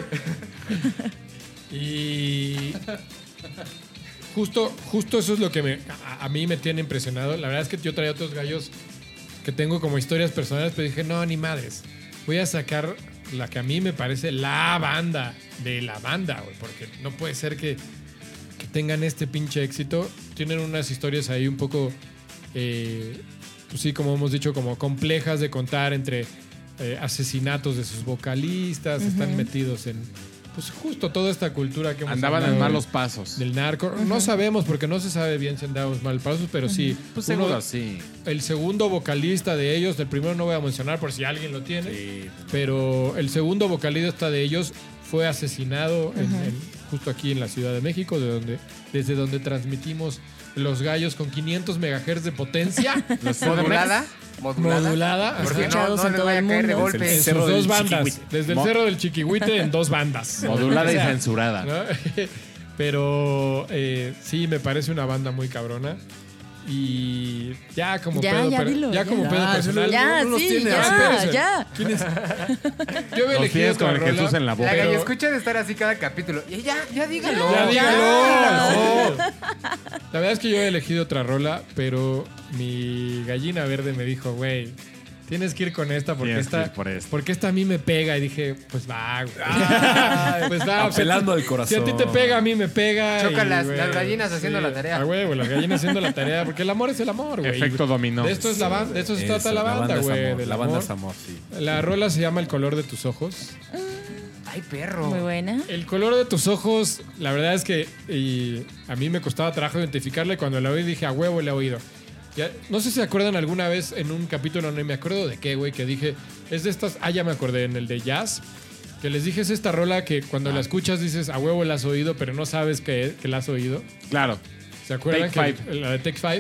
Y. Justo eso es lo que a mí me tiene impresionado. La verdad es que yo traía otros gallos que tengo como historias personales, pero dije, no, ni madres. Voy a sacar la que a mí me parece la banda de la banda, güey, porque no puede ser que tengan este pinche éxito. Tienen unas historias ahí un poco, pues sí, como hemos dicho, como complejas de contar entre asesinatos de sus vocalistas, están metidos en, pues justo toda esta cultura que hemos Andaban en hablado malos pasos. del narco. No sabemos porque no se sabe bien si andábamos mal pasos, pero sí. Pues uno- seguro sí. el segundo vocalista de ellos, del primero no voy a mencionar por si alguien lo tiene, Sí. pero el segundo vocalista de ellos fue asesinado justo aquí en la Ciudad de México, desde donde transmitimos Los Gallos con 500 megahertz de potencia Modulada. modulada. Porque no, Escuchados no en les todo vaya a el caer de mundo. golpe. En sus Cerro del dos bandas, Chiquihuite. desde el Cerro del Chiquihuite en dos bandas. Modulada y O sea, censurada. ¿no? Pero sí, me parece una banda muy cabrona. Y ya como Ya, pedo, ya dilo, ya. como pedo Ya, personal. Ya, no los sí, tiene. ya, Espérense. ya. Yo había Los elegido tienes con otra el Jesús rola, en la La boca. pero- gallo escucha de estar así cada capítulo. Y ya dígalo. Ya dígalo. dígalo. La verdad es que yo he elegido otra rola, pero mi gallina verde me dijo, güey, tienes que ir con esta porque Tienes que esta, ir por esta. porque esta a mí me pega. Y dije, pues va, güey. Pues va. Apelando si a al ti- corazón. Si a ti te pega, a mí me pega. Chocan y, las güey, gallinas haciendo la tarea. Ah, güey, las gallinas haciendo la tarea. Porque el amor es el amor, güey. Efecto dominó. De esto es la banda, de esto se trata la banda, es güey. amor, del La banda amor. es amor, sí. La rola se llama El color de tus ojos. Ay, perro. Muy buena. El color de tus ojos, la verdad es que a mí me costaba trabajo identificarla y cuando la oí dije, a huevo la he oído. Ya, no sé si se acuerdan alguna vez en un capítulo, no me acuerdo de qué, güey, que dije, es de estas, ya me acordé, en el de jazz, que les dije, es esta rola que cuando la escuchas dices, a huevo la has oído, pero no sabes que la has oído. Claro. ¿Se acuerdan? Take que la de Take Five.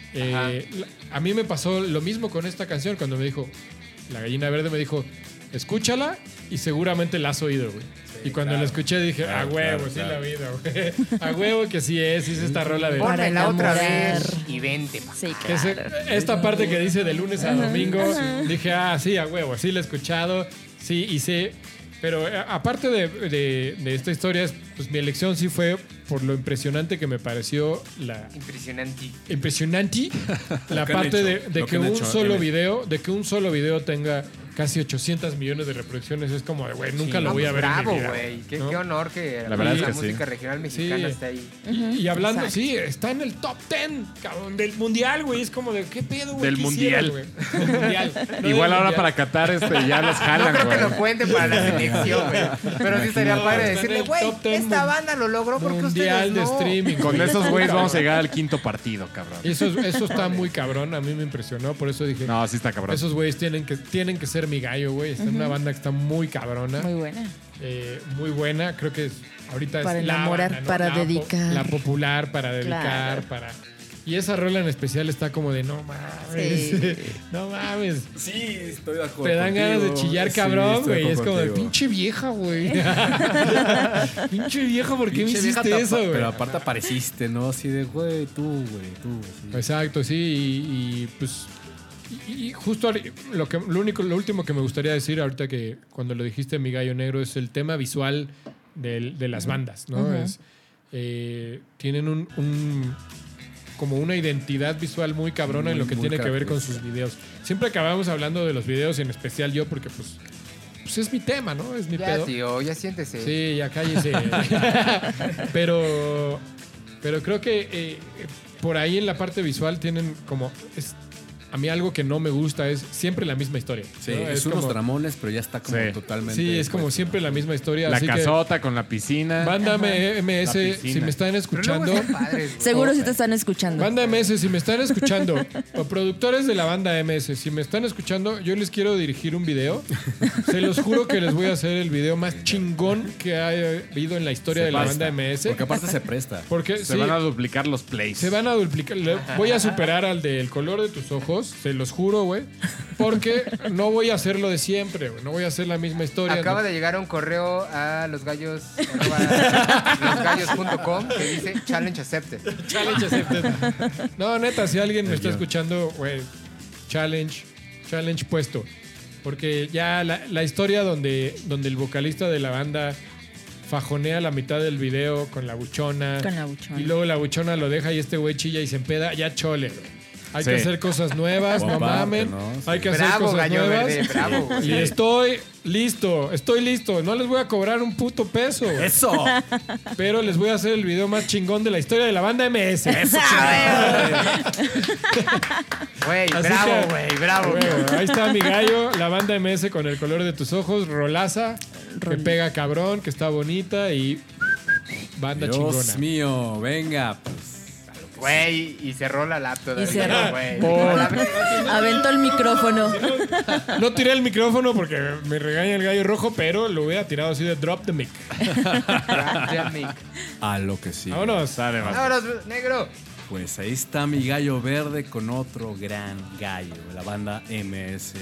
A mí me pasó lo mismo con esta canción cuando me dijo, la gallina verde me dijo, escúchala y seguramente la has oído, güey. Y cuando la escuché dije, a huevo, sí la he oído, güey. A huevo que sí es esta rola de... Para Pónmela otra enamorar. vez y vente, pa. Sí, Que claro. esta parte que dice de lunes a domingo, dije, sí, a huevo, sí la he escuchado, sí, y sé. Pero aparte de esta historia, pues mi elección sí fue por lo impresionante que me pareció Impresionante. la Lo que han parte hecho, de lo que que han un hecho, solo M. video, de que un solo video tenga casi 800 millones de reproducciones, es como de, güey, nunca Sí, lo no, voy a pues ver en bravo, mi vida. güey. Qué ¿no? honor que La verdad es la que sí. música regional mexicana Sí. está ahí. Y hablando, Exacto. sí, está en el top 10, cabrón, del mundial, güey. Es como de, ¿qué pedo, güey? Del ¿Qué mundial. hicieron, güey? Del mundial. No Igual del ahora mundial. para Qatar ya los No jalan, creo que lo güey. cuenten para la selección, güey. Pero sí estaría No, padre está en decirle, el güey, top 10 esta banda lo logró porque mundial ustedes de no. streaming. Con güey. esos güeyes vamos a Cabrón. llegar al quinto partido, cabrón. Eso está muy cabrón, a mí me impresionó, por eso dije, No, sí está cabrón. esos güeyes tienen que ser mi gallo, güey. Está en una banda que está muy cabrona, Muy buena. muy buena, creo que ahorita Para es la enamorar, banda, ¿no? para La dedicar. la popular para dedicar, Claro. para... Y esa rola en especial está como de, no mames, Sí. no mames. Sí, estoy de acuerdo. Te dan ganas de chillar, Sí, cabrón, estoy de güey. Es acuerdo como de contigo. pinche vieja, güey. Pinche vieja, ¿por qué me Pinche vieja hiciste eso, güey? Pero aparte apareciste, ¿no? Así de, güey, tú, sí. Exacto, sí. Y, pues Y justo lo último que me gustaría decir ahorita que cuando lo dijiste mi gallo negro es el tema visual de las bandas, ¿no? Tienen como una identidad visual muy cabrona en lo que tiene que ver con sus videos. Siempre acabamos hablando de los videos, en especial yo, porque pues es mi tema, ¿no? Es mi Ya, pedo. tío, ya siéntese. Sí, ya cállese. pero creo que por ahí en la parte visual tienen como... a mí algo que no me gusta es siempre la misma historia. Sí, ¿no? es unos como, dramones, pero ya está como Sí. totalmente... sí, es como puesto. siempre la misma historia. La así casota con la piscina. que banda MS, La piscina. si me están Pero escuchando... luego están padres, güey. Seguro sí te están escuchando. Banda MS, si me están escuchando, o productores de la banda MS, si me están escuchando, yo les quiero dirigir un video. Se los juro que les voy a hacer el video más chingón que ha habido en la historia Se de la presta, banda MS. Porque aparte se presta. Porque Se sí, van a duplicar los plays. se van a duplicar. Voy a superar al del color de tus ojos, se los juro, güey. Porque no voy a hacer lo de siempre, güey. No voy a hacer la misma historia. Acaba de llegar un correo a losgallos.com que dice challenge accepted. Challenge accepted. No, neta, si alguien me está escuchando, güey, challenge puesto. Porque ya la historia donde el vocalista de la banda fajonea la mitad del video con la buchona. Con la buchona. Y luego la buchona lo deja y este güey chilla y se empeda, ya chole, güey. Hay que Sí. hacer cosas nuevas, no Aparte, mamen. ¿no? Sí. Hay que hacer Bravo, cosas gallo nuevas. verde, bravo, güey. Y estoy listo. No les voy a cobrar un puto peso, güey. ¡Eso! Pero les voy a hacer el video más chingón de la historia de la banda MS. Güey, Así bravo, que, güey, bravo. güey, ahí está mi gallo, la banda MS con el color de tus ojos, rolaza, que pega cabrón, que está bonita y banda Dios chingona. mío, venga. Pues, Güey, y cerró la laptop. Y cerró. Güey. Aventó el micrófono. No tiré el micrófono porque me regaña el gallo rojo, pero lo hubiera tirado así de drop the mic. a lo que sí. Vámonos. Sale, más. Vámonos, negro. Pues ahí está mi gallo verde con otro gran gallo, la banda MS.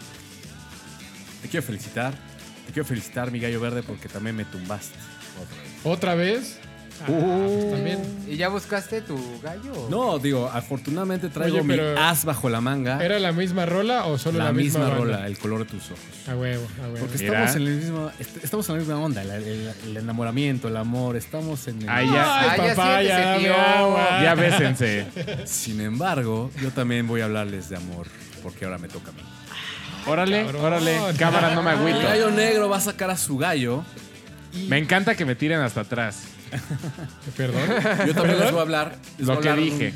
Te quiero felicitar, mi gallo verde, porque también me tumbaste otra vez. ¿Otra vez? Pues también. ¿Y ya buscaste tu gallo? No, digo, afortunadamente traigo Oye, mi pero- as bajo la manga. ¿Era la misma rola o solo la la misma banda? rola, el color de tus ojos. A huevo, a huevo. Porque Mira. estamos en la misma onda, el enamoramiento, el amor, estamos en el... Ahí ya, Ay, ya papá, siéntese, ya dame tío. agua. ya bésense. Sin embargo, yo también voy a hablarles de amor, porque ahora me toca a mí. Órale, Cabrón. órale. Cámara, no me El agüito. gallo negro va a sacar a su gallo. Me encanta que me tiren hasta atrás. Perdón. Yo también les voy a hablar. les voy Lo a que hablar de dije.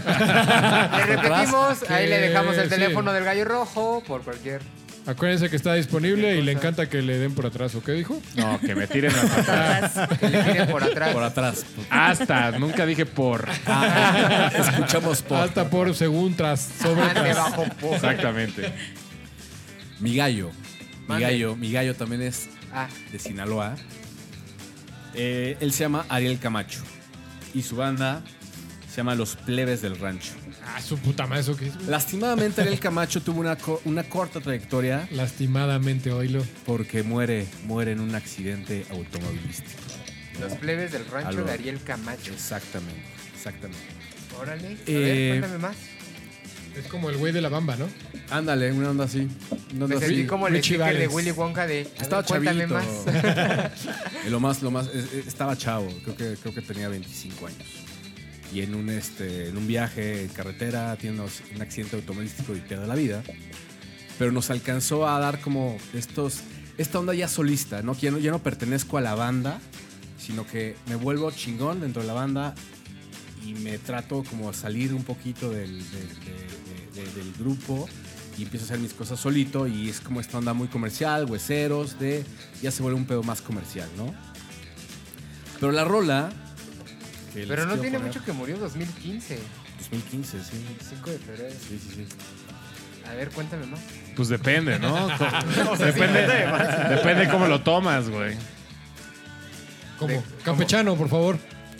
Le repetimos, ahí le dejamos el Sí. teléfono del gallo rojo por cualquier. Acuérdense que está disponible y le encanta que le den por atrás. ¿O qué dijo? No, que me tiren hasta atrás. Que le tiren por atrás. Por atrás. Hasta, nunca dije por. Escuchamos por. Hasta por según tras, sobre Ande tras. bajo por. Exactamente. Mi gallo. Mande. Mi gallo también es Ah, de Sinaloa. Él se llama Ariel Camacho. Y su banda se llama Los Plebes del Rancho. Ah, su puta madre, ¿eso qué es? Lastimadamente, Ariel Camacho tuvo una corta trayectoria Lastimadamente, oílo. porque muere en un accidente automovilístico. los plebes del rancho Algo. de Ariel Camacho. Exactamente. Órale. A ver, cuéntame más. Es como el güey de la bamba, ¿no? Ándale, una onda así. Una onda Me sentí así. como el Richie sticker de Valens. Willy Wonka de. a Estaba ver, cuéntame chavito. más. lo más, estaba chavo. Creo que tenía 25 años. Y en un viaje en carretera tiene un accidente automovilístico y pierde la vida. Pero nos alcanzó a dar como esta onda ya solista, ¿no? Que ya no pertenezco a la banda, sino que me vuelvo chingón dentro de la banda y me trato como a salir un poquito del grupo y empiezo a hacer mis cosas solito y es como esta onda muy comercial, hueseros, ya se vuelve un pedo más comercial, ¿no? Pero la rola... que les Pero no quiero tiene poner- mucho que murió 2015. 2015, sí. 5 de febrero. Sí. A ver, cuéntame más. Pues depende, ¿no? Depende cómo lo tomas, güey. ¿Cómo? Campechano, por favor.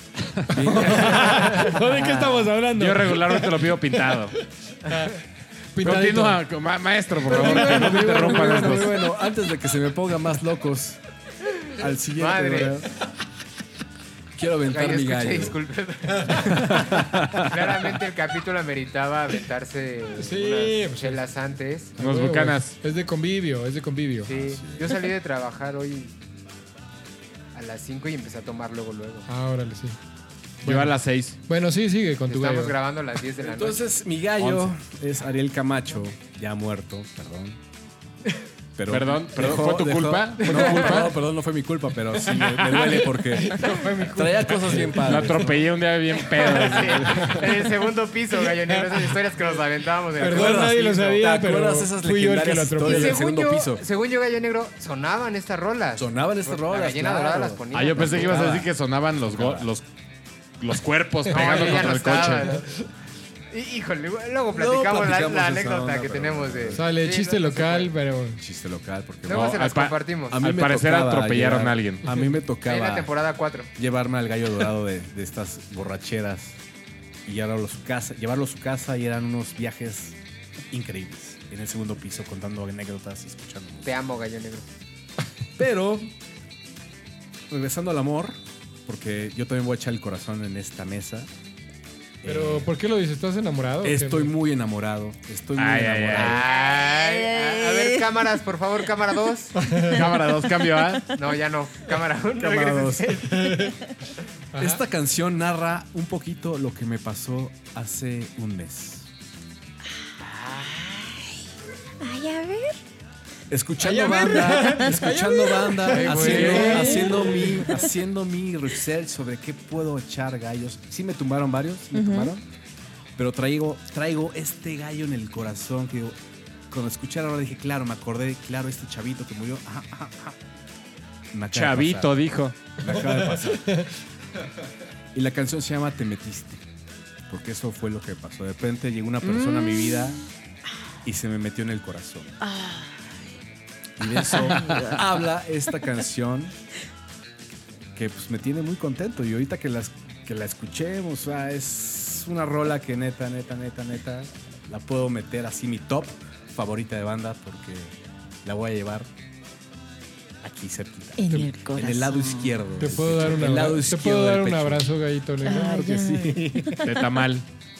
¿De qué estamos hablando? Yo regularmente lo pido pintado. Pintadito. Continúa, maestro, por favor, que no me interrumpan Muy estos. bueno, antes de que se me pongan más locos al siguiente, Madre. ¿verdad? Quiero aventar mi escuché, gallo. disculpe. Claramente el capítulo ameritaba aventarse Sí, unas pues, chelas antes. Unos Huevo, bucanas. Es de convivio, es de convivio. Sí, yo salí de trabajar hoy a las 5 y empecé a tomar luego. Ah, órale, sí. Yo a las 6. Bueno, sí, sigue con tu Estamos gallo. grabando a las 10 de la noche. Entonces, mi gallo es Ariel Camacho, ya muerto, perdón. Pero Perdón, ¿fue tu culpa? ¿Fue tu No, culpa? perdón, no fue mi culpa, pero sí me duele porque traía cosas bien Lo padres. atropellé un día bien pedo. En el segundo piso, Gallo Negro, esas historias que nos aventábamos. En el Perdón, nadie lo sabía, ¿Te pero acuerdas esas fui yo el que lo legendarias atropellé. historias del según segundo yo, piso? según yo, Gallo Negro, sonaban estas rolas. Sonaban estas La rolas, gallina claro. dorada las ponía. Ah, yo pensé que ibas a decir que sonaban los cuerpos No, pegando ya contra no el coche. estaba, ¿no? Híjole, luego platicamos la platicamos anécdota esa onda, que pero- tenemos de... Sale, Sí, chiste no se local, puede. pero... Chiste local, porque Luego se al las pa- compartimos. a mí Al me parecer tocaba atropellaron llevar- a alguien. A mí me En la tocaba temporada 4. llevarme al gallo dorado de estas borracheras y llevarlo a su casa y eran unos viajes increíbles. En el segundo piso contando anécdotas y escuchando música. Te amo, Gallo Negro. Pero, regresando al amor, porque yo también voy a echar el corazón en esta mesa. Pero, ¿por qué lo dices? ¿Estás enamorado? o qué? Estoy muy enamorado. Estoy muy Ay, ay, enamorado. Ay, a ver, cámaras, por favor, cámara 2. Cámara 2, cambio A. No, ya no. Cámara 1. Cámara dos. Esta canción narra un poquito lo que me pasó hace un mes. Ay, a ver. Escuchando banda, Ay, güey. haciendo mi research sobre qué puedo echar gallos. Sí me tumbaron varios, sí me tumbaron. Pero traigo este gallo en el corazón que digo, cuando escuché la hora dije, claro, me acordé, claro, este chavito que murió. Ajá, ajá, ajá. Me acaba de Chavito, pasar, dijo. me acaba de pasar. Y la canción se llama Te Metiste. Porque eso fue lo que pasó. De repente llegó una persona a mi vida y se me metió en el corazón. Y de eso habla esta canción que pues me tiene muy contento. Y ahorita que la escuchemos, o sea, es una rola que neta, la puedo meter así mi top favorita de banda porque la voy a llevar aquí cerquita. En el corazón. En el lado izquierdo. ¿Te puedo dar un El lado abrazo? ¿Te izquierdo puedo dar del un pecho. abrazo, gallito negro? Ay, Porque sí. De tamal.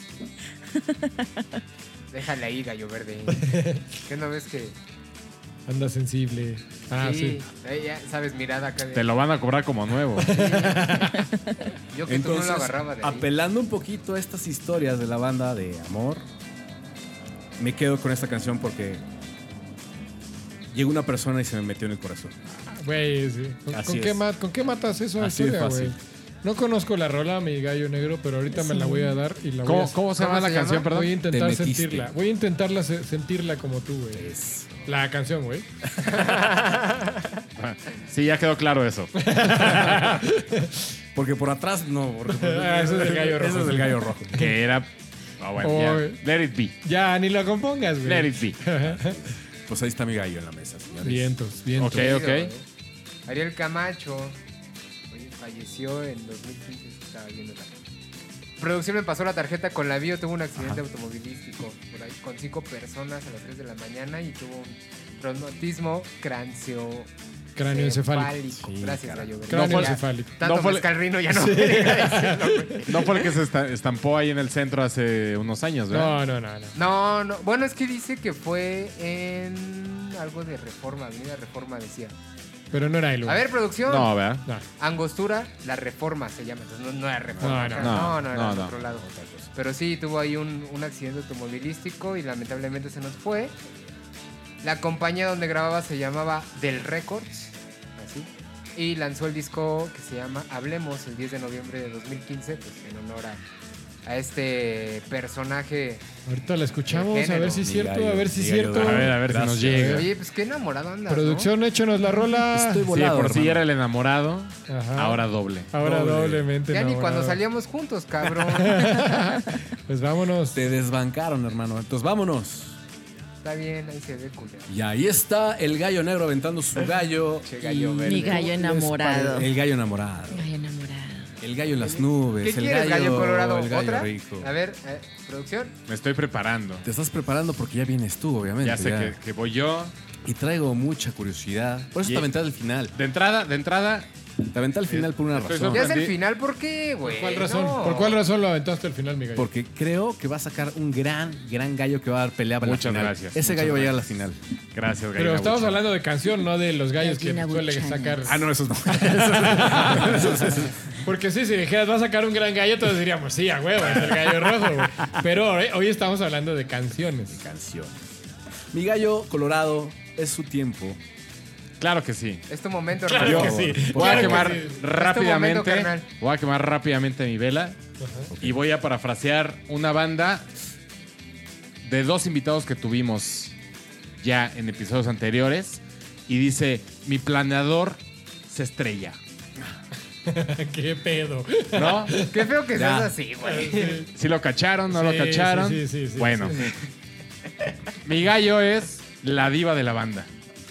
Déjale ahí, Gallo Verde. ¿Qué no ves que...? Anda sensible. Ah, sí. Ya sabes, mirada acá. Te lo van a cobrar como nuevo. Yo que tú no Entonces, lo agarraba de ahí. apelando un poquito a estas historias de la banda de amor, me quedo con esta canción porque llegó una persona y se me metió en el corazón. Güey, sí. Así es. ¿Con qué matas eso? Así de historia, fácil. güey? No conozco la rola, mi gallo negro, pero ahorita me la voy a dar y la voy a... ¿Cómo se llama la canción, perdón? Voy a intentar Te metiste. sentirla. Voy a intentarla sentirla como tú, güey. Es- La canción, güey. Sí, ya quedó claro eso. Porque por atrás no. Porque Eso es del gallo rojo. Eso es del gallo rojo. Que era... Ah, bueno, ya. Oy. Let it be. Ya, ni la compongas, güey. Let it be. Pues ahí está mi gallo en la mesa, señores. Vientos, vientos. Ok, ok. Ariel Camacho oye, falleció en 2015. Estaba viendo la producción. Me pasó la tarjeta con la bio. Tuvo un accidente automovilístico por ahí con 5 personas a las 3 de la mañana y tuvo un traumatismo Cráneoencefálico. Sí, Gracias, caray. Gallo Verde. Cráneoencefálico. Tanto No fue- mezcal rino ya no me deja decirlo, güey. No fue el que se estampó ahí en el centro hace unos años, ¿verdad? No. No. Bueno, es que dice que fue en algo de Reforma, Avenida Reforma decía. Pero no era él, güey. A ver, producción. No, ¿verdad? No. Angostura, la Reforma se llama. Entonces no era Reforma. No, acá. no. Era No, de no. otro lado. Pero sí, tuvo ahí un accidente automovilístico y lamentablemente se nos fue. La compañía donde grababa se llamaba Del Records, así. Y lanzó el disco que se llama Hablemos el 10 de noviembre de 2015, pues en honor a este personaje. Ahorita la escuchamos, El a género. ver si es Mi cierto, gallo, a ver si es mi gallo cierto. dorado. A ver si nos Gracias. llega. Oye, pues qué enamorado andas, Producción, échanos la rola. Estoy Sí, volado, por si hermano. era el enamorado, Ajá. ahora doble. Ahora Doble. doblemente ¿no? Ya ni enamorado. cuando salíamos juntos, cabrón. Pues vámonos. Te desbancaron, hermano. Entonces vámonos. Está bien, ahí se ve culero. Y ahí está el gallo negro aventando su gallo. Che, gallo Y- verde. Mi gallo enamorado. El gallo enamorado. Ay, enamorado. El gallo en las nubres. ¿Qué el quieres, gallo colorado? El gallo ¿Otra? rico. A ver, producción. Me estoy preparando. Te estás preparando porque ya vienes tú, obviamente. Ya sé que voy yo. Y traigo mucha curiosidad. Por eso Y- te aventé al final. De entrada, Te aventé al final por una Estoy razón. Ya es el final, ¿por qué, güey? ¿Por cuál razón? No. ¿Por cuál razón lo aventaste al final, mi gallo? Porque creo que va a sacar un gran gallo que va a dar pelea para Muchas la final. gracias, Ese muchas gallo va a llegar a la final. Gracias, Pero Gallina estamos Buchona. hablando de canción, no de los gallos que Gallina suele Buchanan. sacar. Ah, no, esos no. Porque sí, si dijeras, va a sacar un gran gallo, todos diríamos, sí, a huevo, es el gallo rojo, güey. Pero hoy estamos hablando de canciones. Canción. Mi gallo colorado es su tiempo. Claro que sí. Es tu momento, Claro hermano. que sí. Voy a Claro que quemar sí. Es tu rápidamente. momento, carnal. Voy a quemar rápidamente mi vela. Y voy a parafrasear una banda de 2 invitados que tuvimos ya en episodios anteriores. Y dice: mi planeador se estrella. Qué pedo. ¿No? Qué feo que Ya. seas así, güey. ¿Sí lo cacharon? ¿No lo Sí, cacharon? sí. Bueno, Sí. mi gallo es la diva de la banda.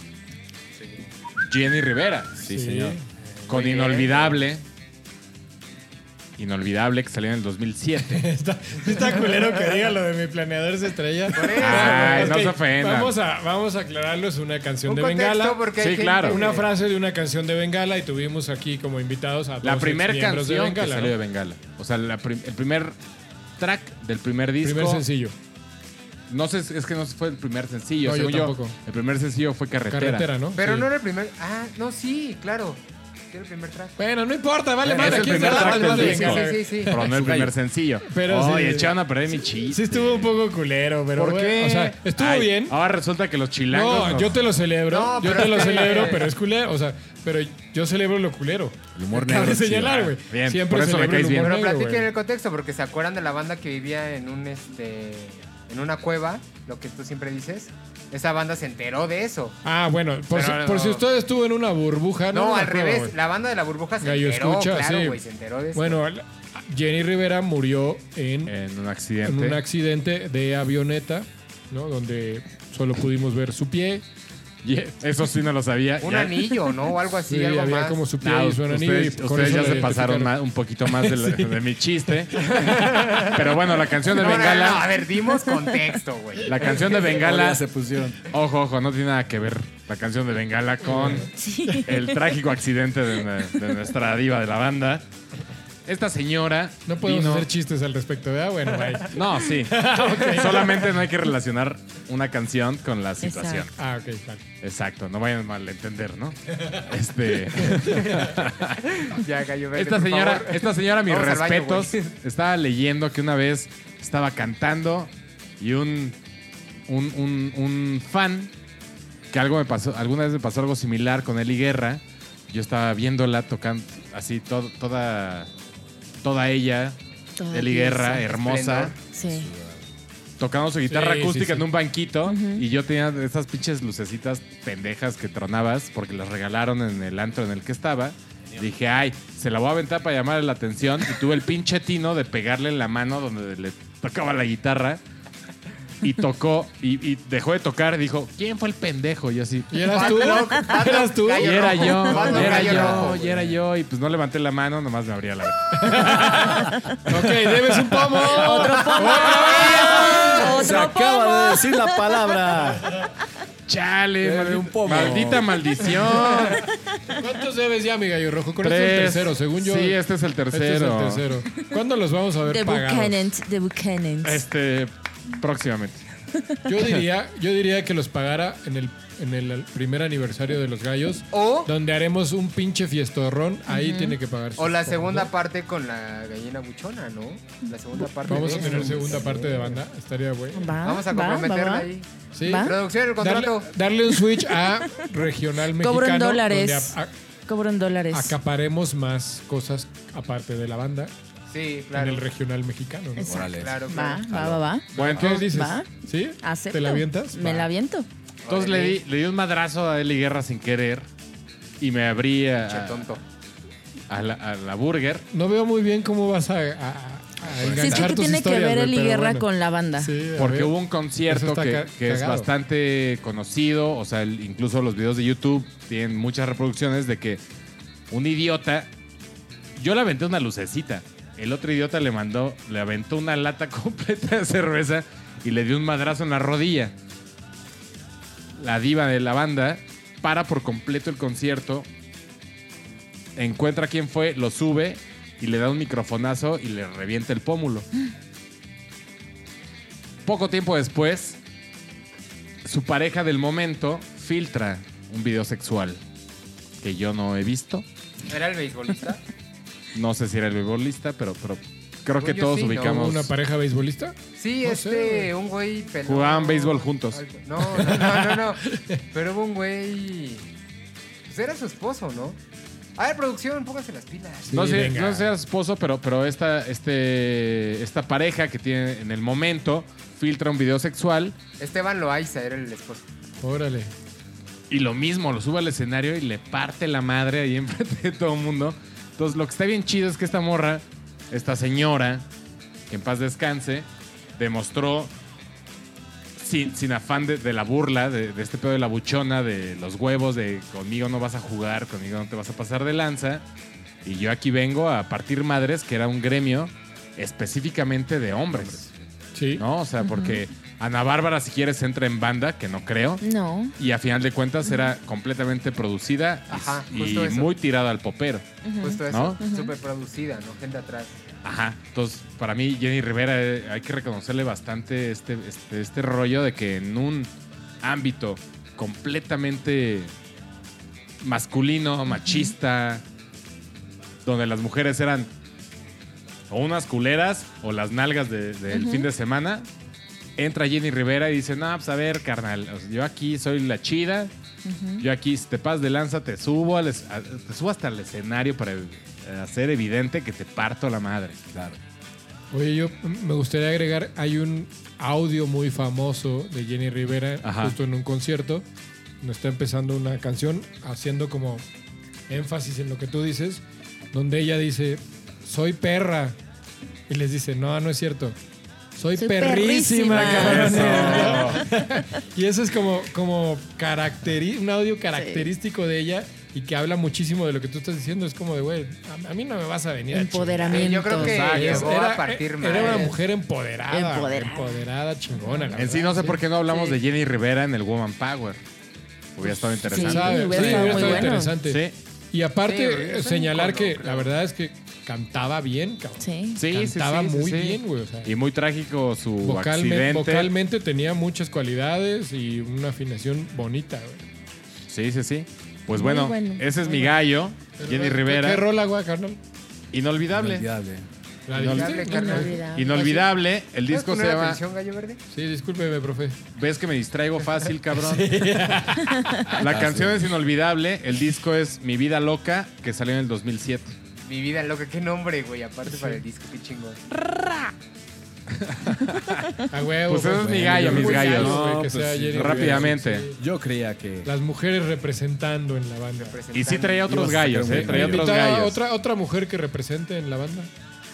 Jenny Rivera. Sí, señor. Con Muy bien. Inolvidable. Inolvidable, que salió en el 2007. Está culero que diga lo de mi planeador se estrella. Ay, no Ok, se ofendan. Vamos a aclararlo, es una canción Un de contexto, Bengala. porque Sí, hay gente claro. que- Una frase de una canción de Bengala y tuvimos aquí como invitados a La dos primera exmiembros de canción que Bengala, salió de ¿no? Bengala. O sea, el primer track del primer disco. Primer sencillo. No sé, es que no fue el primer sencillo. No, yo según yo, tampoco. el primer sencillo fue Carretera. Carretera, ¿no? Pero Sí. no era el primer... Ah, no, sí, claro. Sí era el primer track. Bueno, no importa, vale Es madre. el Aquí primer está track hablando del de disco. Bengala. Sí. Pero no el Su gallo. primer sencillo. Pero Oye, sí. echaron a perder mi chiste. Sí estuvo un poco culero, pero ¿Por bueno, qué? o sea, estuvo Ay, bien. Ahora resulta que los chilangos. No, nos- yo te lo celebro. No, yo pero te lo es que- celebro, pero es culero. O sea, pero yo celebro lo culero. El humor Cabe negro. señalar, chido. güey. Bien, Siempre por eso me celebro el caes bien. humor Pero negro, platiquen güey. el contexto, porque se acuerdan de la banda que vivía en un en una cueva, lo que tú siempre dices. Esa banda se enteró de eso. Ah, bueno, por Pero si no. usted estuvo en una burbuja. No, en una al prueba, revés. güey. La banda de la burbuja se Gallo enteró, escucha, claro, sí. güey, se enteró de eso. Bueno, Jenny Rivera murió en En un accidente. un accidente de avioneta, ¿no? Donde solo pudimos ver su pie. Y eso sí no lo sabía. Un Ya- anillo, ¿no? O algo así, Sí, algo había más. como su pie No, y su anillo. y ustedes con eso ya la se pasaron identificaron. un poquito más de mi chiste. Pero bueno, la canción de No, Bengala. a ver, dimos contexto, güey. La canción de Ahora Bengala. ya se pusieron. Ojo, no tiene nada que ver la canción de Bengala con el trágico accidente de nuestra diva de la banda. Esta señora. No podemos vino- hacer chistes al respecto, ¿verdad? Bueno, bye. No, sí. Solamente no hay que relacionar una canción con la situación. Exacto. Ah, ok, vale. Exacto, no vayan a malentender, ¿no? Ya, Gallo Verde, Esta por señora, favor. esta señora, mis Vamos al baño, respetos, güey. estaba leyendo que una vez estaba cantando y un fan, que alguna vez me pasó algo similar con Eli Guerra. Yo estaba viéndola tocando así toda ella, Toda Eli pieza. Guerra, hermosa, Sí. tocando su guitarra Sí, sí, acústica sí. en un banquito. Y yo tenía esas pinches lucecitas pendejas que tronabas porque las regalaron en el antro en el que estaba. Dije, ay, se la voy a aventar para llamarle la atención. Y tuve el pinche tino de pegarle en la mano donde le tocaba la guitarra. Y tocó, y dejó de tocar. Dijo, ¿quién fue el pendejo? Y yo así. ¿Y eras tú? ¿Eras tú? Y Gallo era rojo. yo, Bando y era Gallo yo, rojo, y era yo. Y pues no levanté la mano, nomás me abría la boca. Ok, debes un pomo. Otro pomo. Se Otro acaba pomo. de decir la palabra. Chale, Debe un pomo. maldita maldición. ¿Cuántos debes ya, mi gallo rojo? Con este es el 3. tercero, según yo. Sí, este es el tercero. Este es el tercero. ¿Cuándo los vamos a ver The pagados? Buchanans. The Buchanans. Próximamente. Yo diría que los pagara en el primer aniversario de los gallos, O, donde haremos un pinche fiestorrón. Ahí tiene que pagar. o la sus segunda pomos. parte con la gallina buchona, ¿no? La segunda parte Vamos de a tener eso. segunda parte de banda. Estaría bueno. Vamos a comprometerla ahí. Sí. ¿Va? Producción, el contrato. Darle un switch a regional mexicano. Cobro en donde dólares. Cobro en dólares. acaparemos más cosas aparte de la banda Sí, en claro. el regional mexicano, ¿no? Exacto. Órale. Claro, Va, claro. va. Bueno, ¿Qué entonces, dices? Va. ¿Sí? Acepto. ¿Te la avientas? Me Va. la aviento. le di un madrazo a Eli Guerra sin querer. Y me abrí Che, a tonto. la burger. No veo muy bien cómo vas a Sí, es enganchar que tus tiene que historias, ver güey, Eli pero Guerra bueno. con la banda. Sí, a Porque ver. hubo un concierto Eso está que es cagado. bastante conocido. O sea, incluso los videos de YouTube tienen muchas reproducciones de que un idiota. Yo le aventé una lucecita. El otro idiota le aventó una lata completa de cerveza y le dio un madrazo en la rodilla. La diva de la banda para por completo el concierto encuentra quién fue, lo sube y le da un microfonazo y le revienta el pómulo. Poco tiempo después, su pareja del momento filtra un video sexual que yo no he visto. ¿Era el beisbolista? No sé si era el beisbolista, pero creo que Según yo todos sí, ¿no? ubicamos. ¿Una pareja beisbolista? Sí, No sé, un güey pelón. Jugaban béisbol juntos. No. Pero hubo un güey... Pues era su esposo, ¿no? A ver, producción, pónganse las pilas. Sí, No sé, venga. no sé si era su esposo, pero esta pareja que tiene en el momento filtra un video sexual Esteban Loaiza era el esposo. Órale. y lo mismo, lo sube al escenario y le parte la madre ahí enfrente de todo el mundo. Entonces, lo que está bien chido es que esta morra, esta señora, que en paz descanse, demostró sin afán de la burla, de este pedo de la buchona, de los huevos, de conmigo no vas a jugar, conmigo no te vas a pasar de lanza. Y yo aquí vengo a partir madres, que era un gremio específicamente de hombres, Sí. ¿no? O sea, porque Ana Bárbara, si quieres, entra en banda, que no creo. No. Y a final de cuentas era completamente producida y- Ajá, y, justo eso. muy tirada al popero. Justo eso. ¿No? Súper producida, ¿no? Gente atrás. Ajá. Entonces, para mí, Jenny Rivera, hay que reconocerle bastante este rollo de que en un ámbito completamente masculino, machista, donde las mujeres eran o unas culeras o las nalgas del fin de semana, entra Jenny Rivera y dice, no, pues a ver, carnal, o sea, yo aquí soy la chida, yo aquí, si te pasas de lanza, te subo hasta el escenario para hacer evidente que te parto la madre. Claro. Oye, yo me gustaría agregar, hay un audio muy famoso de Jenny Rivera, Ajá. justo en un concierto, donde está empezando una canción, haciendo como énfasis en lo que tú dices, donde ella dice, soy perra. Y les dice, no es cierto. Soy perrísima, perrísima. cabrones. Y eso es como un audio característico de ella y que habla muchísimo de lo que tú estás diciendo. Es como de, güey, a mí no me vas a venir a Empoderamiento. Yo creo que chingar. llegó a partir Era una madres. mujer empoderada. Empoderada. Empoderada, chingona. la En sí, verdad, no sé por qué no hablamos Sí. de Jenny Rivera en el Woman Power. Hubiera estado interesante. ¿Sabe? hubiera Sí, estado hubiera muy estado bueno. interesante. Sí. Y aparte, Sí, güey, es un señalar icono, que creo. la verdad es que cantaba bien, cabrón. Sí. Cantaba muy sí. bien, güey. O sea, Y muy trágico su accidente. vocalmente tenía muchas cualidades y una afinación bonita, güey. Sí. Pues Muy bueno, bueno. ese es mi gallo, Jenny Rivera. ¿Qué rola, güey, carnal? Inolvidable. Inolvidable. ¿La Inolvidable, dijiste? carnal. Inolvidable. Inolvidable. El ¿Puedes disco se poner llama... atención, Gallo Verde? Sí, discúlpeme, profe. ¿Ves que me distraigo fácil, cabrón? La canción es inolvidable. El disco es Mi Vida Loca, que salió en el 2007. Mi vida loca, qué nombre, güey. Aparte para el disco, qué chingón. A huevo. Pues eso es mi güey. gallo, mis Muy gallos. gallo, güey, No, que pues sea sí, Jenny Rivera, rápidamente. sí, sí. Yo creía que... Las mujeres representando en la banda. Y sí traía otros Ibas a gallos, sacar un traía gallo. otros Invitada gallos. otra mujer que represente en la banda.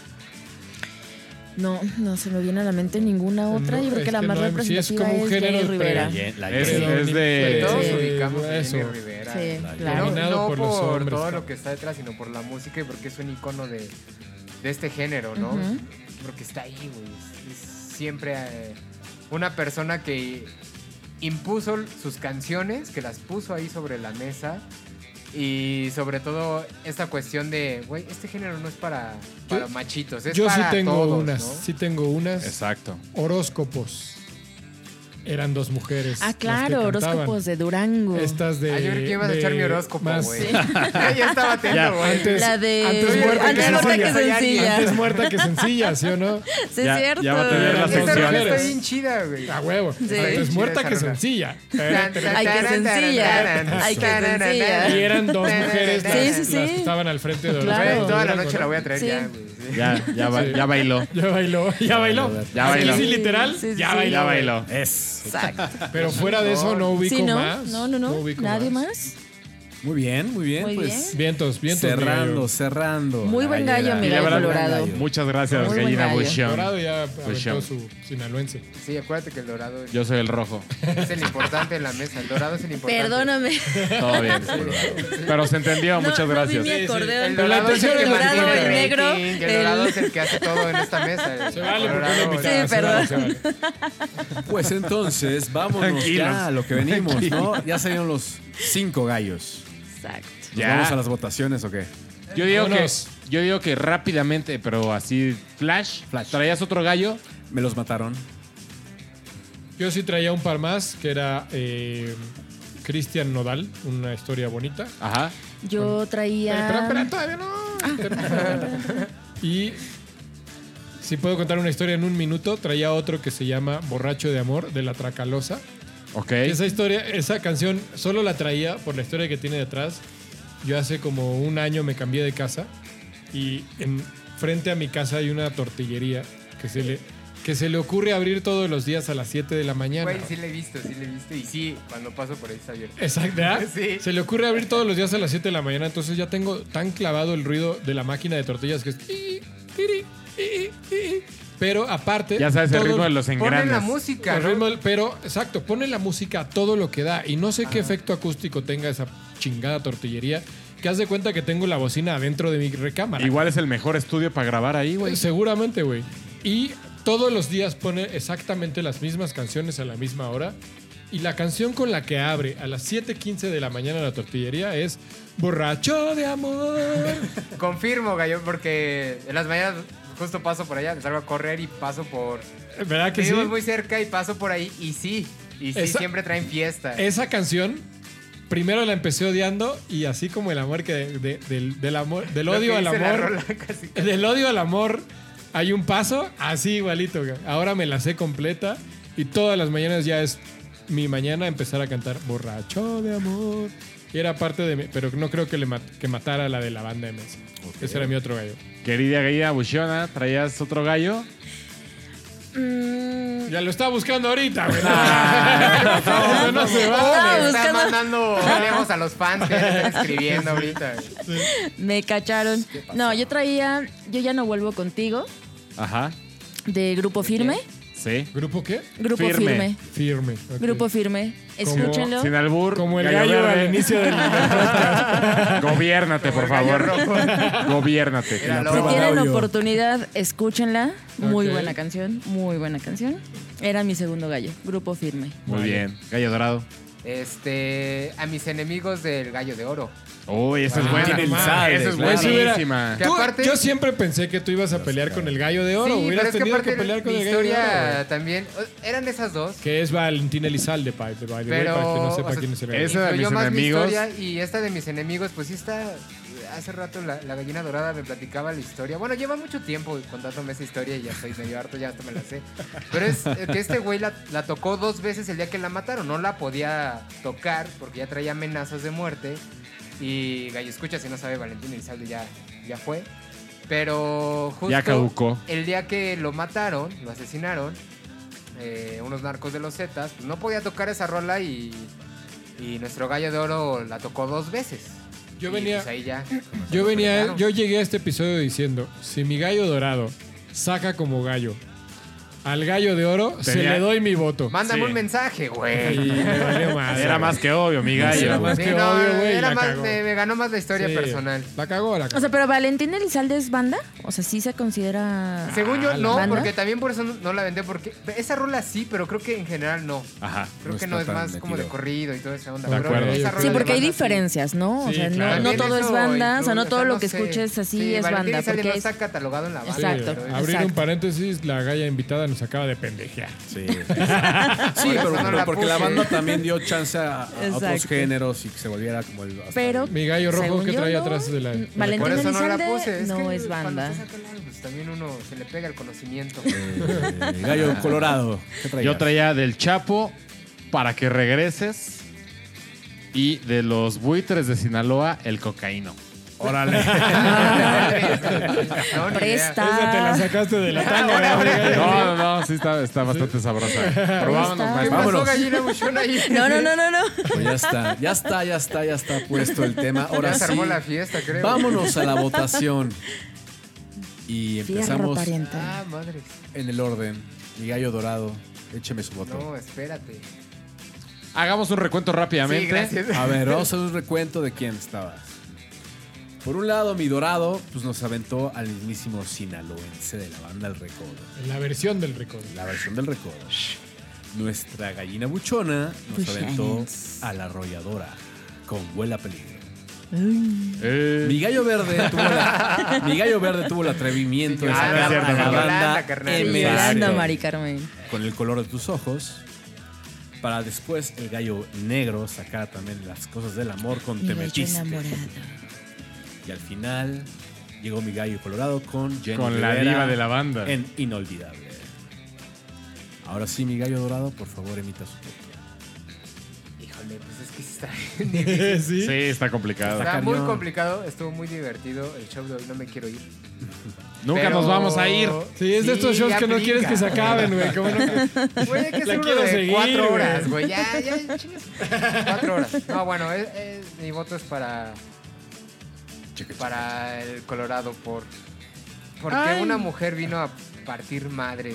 No se me viene a la mente ninguna otra. No, Yo creo que es la que más no, sí es representativa como un es género, Jenny Rivera. pero- La Es- Jenny. es de- Todos Eh, ubicamos a eso. Jenny Rivera. Sí, La- claro. Dominado No por los por hombres, todo cabrón. lo que está detrás, sino por la música y porque es un icono de este género, ¿no? Ujú. Porque está ahí, güey. Es siempre una persona que impuso sus canciones, que las puso ahí sobre la mesa. Y sobre todo esta cuestión de, güey, este género no es para machitos, es Yo sí para tengo todos, unas, ¿no? sí tengo unas. Exacto. Horóscopos. Eran dos mujeres. Ah, las claro, que horóscopos cantaban. de Durango. Estas de. Ah, yo creo que ibas a de echar mi horóscopo, más- güey. Ya estaba atento, Ya, güey. Antes, La de- antes Oye, muerta, antes que muerta sencilla. que sencilla. Antes muerta que sencilla, ¿sí o no? Sí, Ya- es cierto. ya va a tener la Las Esta rola mujeres. está bien chida, güey. A huevo. Sí. Antes Chida muerta esa que rola. sencilla. Ay, qué sencilla. Ay, qué sencilla. Y eran dos mujeres Sí, las, sí, sí. las que estaban al frente de Claro. Horóscopos de Toda la Durango, noche ¿no? la voy a traer Sí. ya, güey. Sí. Ya bailó. Ya bailó, ya bailó. Ya bailó. Sí, literal, Sí, sí, ya sí. bailó. Ya bailó. Es. Exacto. Pero fuera de eso no ubico Sí, ¿no? más. No. ubico ¿Nadie más? Muy bien, muy bien. Muy pues Vientos, vientos. mi gallo. cerrando. Muy buen La gallo, gallera. mi Y la gallo verdad, colorado. Muchas gracias, Muy buen Gallina gallo. Bushon. Dorado ya Pues aventó ya. su sinaloense. Sí, acuérdate que el dorado Yo soy el rojo. es el importante en la mesa. El dorado es el importante. Perdóname. Todo bien. Pero se entendió. Muchas No, gracias. vi mi acordeón. El Pero la dorado es el que atención mantiene dorado el y negro, rating, El dorado es el que hace todo en esta mesa. Se vale El porque dorado- una invitada. Sí, se vale, perdón. se vale. Pues entonces, vámonos Tranquilos. ya a lo que venimos, ¿no? Ya salieron los 5 gallos. Exacto. Ya. ¿Vamos a las votaciones o qué? Yo Vámonos. digo que rápidamente, pero así, flash. ¿Traías otro gallo? Me los mataron. Yo sí traía un par más, que era Cristian Nodal, una historia bonita. Ajá. Yo traía. Espera, todavía no. Y si puedo contar una historia en un minuto, traía otro que se llama Borracho de Amor, de La Tracalosa. Ok. Esa canción solo la traía por la historia que tiene detrás. Yo hace como un año me cambié de casa y frente a mi casa hay una tortillería que se le ocurre abrir todos los días a las 7 de la mañana. Güey, sí le he visto. Y sí, cuando paso por ahí está abierto. Exacto, ¿verdad? Sí. Se le ocurre abrir todos los días a las 7 de la mañana, entonces ya tengo tan clavado el ruido de la máquina de tortillas que es... Pero aparte... Ya sabes el todo- ritmo de los Ponen engranes. la música, el ¿no? ritmo, pero, exacto, pone la música a todo lo que da. Y no sé qué efecto acústico tenga esa chingada tortillería, que haz de cuenta que tengo la bocina adentro de mi recámara. Igual es el mejor estudio para grabar ahí, güey. Seguramente, güey. Y todos los días pone exactamente las mismas canciones a la misma hora. Y la canción con la que abre a las 7:15 de la mañana la tortillería es Borracho de Amor. Confirmo, gallo, porque en las mañanas justo paso por allá, me salgo a correr y paso por... ¿Verdad que sí? Vivimos muy cerca y paso por ahí y sí, siempre traen fiesta. Esa canción, primero la empecé odiando y así como el amor del amor, del Lo odio que al dice la amor, rola casi. del odio al amor hay un paso, así igualito. Güey. Ahora me la sé completa y todas las mañanas ya es mi mañana empezar a cantar Borracho de Amor. Y era parte de mí, pero no creo que matara a la de la banda MS. Ese era mi otro gallo. Querida gallina buchona, ¿traías otro gallo? Ya lo estaba buscando ahorita, güey. No se Estaba vale. Está buscando- mandando lejos a los fans que están escribiendo ahorita. Me cacharon. No, yo ya no vuelvo contigo, Ajá. de Grupo Firme. Sí. ¿Grupo qué? Grupo Firme. Firme. Firme. ok. Grupo Firme. Escúchenlo. Sin albur. Como el gallo verde. al inicio del podcast. Gobiérnate, por Como el gallo favor. Gobiérnate. Era Si lobo. tienen de audio. oportunidad, escúchenla. Muy Ok. buena canción. Muy buena canción. Era mi segundo gallo. Grupo Firme. Muy bien. Gallo dorado. A mis enemigos del Gallo de Oro. Uy, esa es Ah, buena. tiene el Esa sal, es claro. buenísima. Que Tú- aparte- yo siempre pensé que tú ibas a pelear con el gallo de oro. Sí, pero Hubieras es que tenido aparte que pelear con mi el gallo de historia oro. también... Eran esas dos. Que es Valentín Elizalde, by the way, Pero, para que no sepa o sea, quién es el gallo. Esa de influyó mis más mi enemigos. historia y esta de mis enemigos, pues sí está... Hace rato la gallina dorada me platicaba la historia. Bueno, lleva mucho tiempo contándome esa historia y ya estoy medio harto, ya hasta me la sé. Pero es que este güey la tocó 2 veces el día que la mataron. No la podía tocar porque ya traía amenazas de muerte. Y Gallo escucha, si no sabe, Valentín Elizalde ya fue. Pero justo Ya caducó. el día que lo mataron, lo asesinaron, unos narcos de los Zetas, pues no podía tocar esa rola y nuestro Gallo de Oro la tocó 2 veces. Yo Y, venía- pues, ahí ya. Yo llegué a este episodio diciendo, si mi gallo dorado saca como gallo al gallo de oro, se Tenía- le doy mi voto. Mándame Sí. un mensaje, Y güey. me valió más. Era más que obvio, mi gallo. Era más Sí, que no, obvio, güey. era la más, cagó. me ganó más la historia Sí, personal. La cagó. O sea, pero Valentín Elizalde es banda. O sea, sí se considera. Según yo, la no, banda. porque también por eso no la vendé. Porque esa rola sí, pero creo que en general no. Ajá. Creo No que está no es tan más como de metido. corrido y toda esa onda. De pero acuerdo. esa rola Sí, de porque hay banda, sí. diferencias, ¿no? O Sí, sea, claro. no También todo es eso banda. O sea, no influye, todo lo no que sé. escuches así Sí, es Valentín banda. Elizalde Porque no es. está catalogado en la banda. Exacto. pero- Abrir exacto. un paréntesis, la galla invitada nos acaba de pendejear. Sí. Por eso no la porque la puse. banda también dio chance a otros Exacto. géneros y que se volviera como el... hasta Pero. Mi gallo rojo según que yo, trae no. atrás de la... Valentín Por eso no la Elizalde puse. no que es cuando banda. estás acá al lado, pues también uno se le pega el conocimiento. Gallo Colorado. ¿Qué traías? Yo traía del Chapo para que regreses y de los buitres de Sinaloa, el cocaíno. Órale. No, ni idea. Presta. Esa te la sacaste de la tanga, ¿verdad, mi gallo? No, sí está bastante sabrosa. Pero vámonos, está. ¿Qué maestro. pasó, Vámonos. gallina buchona ahí? No. Pues ya está puesto el tema. Ahora Ya se sí, armó la fiesta, creo. vámonos a la votación. Y Fierro empezamos pariente. Ah, madre. en el orden. Mi gallo dorado, écheme su voto. No, espérate. Hagamos un recuento Sí, rápidamente. gracias. A ver, vamos a hacer un recuento de quién estabas. Por un lado, mi dorado, pues nos aventó al mismísimo sinaloense de la banda El Recodo. La versión del récord. La versión del Recodo. Nuestra gallina buchona nos aventó Buchones. a la arrolladora con Vuela Peligro. Mi gallo verde tuvo el atrevimiento de Ah, sacar cierto, a la no. banda Yolanda, carnal. MS Yolanda, Mari Carmen. con el color de tus ojos. Para después el gallo negro sacar también las cosas del amor con Mi Te gallo Metiste. enamorado. Y al final llegó mi gallo colorado con Jenny Con la Rivera diva de la banda. en Inolvidable. Ahora sí, mi gallo dorado, por favor, emita su voto. Híjole, pues es que sí está, ¿Sí? Sí, está complicado. está cañón. muy complicado. Estuvo muy divertido el show de hoy. No me quiero ir. Nunca Pero- nos vamos a ir. Sí, es de estos Sí, shows ya que no aplica. quieres que se acaben, güey. ¿Cómo no? Güey, hay que La hacer uno quiero de seguir, 4 horas, güey. güey. Ya, chingas. 4 horas. No, bueno, mi voto es para el Colorado porque Ay. una mujer vino a partir madres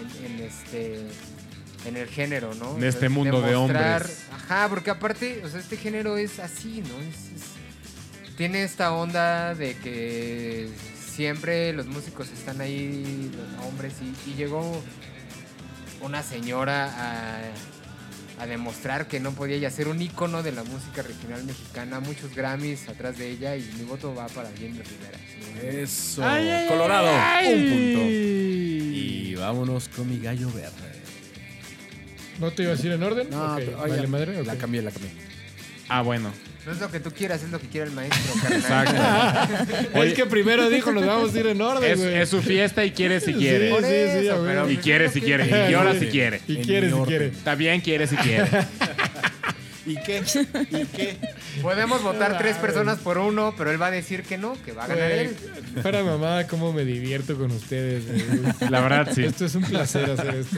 en el género, ¿no? En este mundo de Demostrar- hombres. Ajá, porque aparte, o sea, este género es así, ¿no? Tiene esta onda de que siempre los músicos están ahí, los hombres, y llegó una señora a demostrar que no podía ya ser un ícono de la música regional mexicana, muchos Grammys atrás de ella, y mi voto va para Jenny Rivera. Eso. Colorado, un punto. Y vámonos con mi gallo verde. ¿No te iba a decir en orden? No, Ok, pero, vale, oye, madre. la ok. cambié. Ah, bueno. No es lo que tú quieras, es lo que quiera el maestro, carnal. Exacto. Es que primero dijo, nos vamos a ir en orden, güey. Es su fiesta y quiere si quiere. Por Sí, eso, a ver. pero Y pues, quiere yo si no quiere. quiero- Y llora si quiere. Y En quiere, mi si orden. quiere. Está bien, quiere si quiere. ¿Y qué? ¿Y qué? Podemos votar 3 personas por uno, pero él va a decir que no, que va a ganar Güey, él. Para mamá, cómo me divierto con ustedes. güey. La verdad, sí. Esto es un placer hacer esto.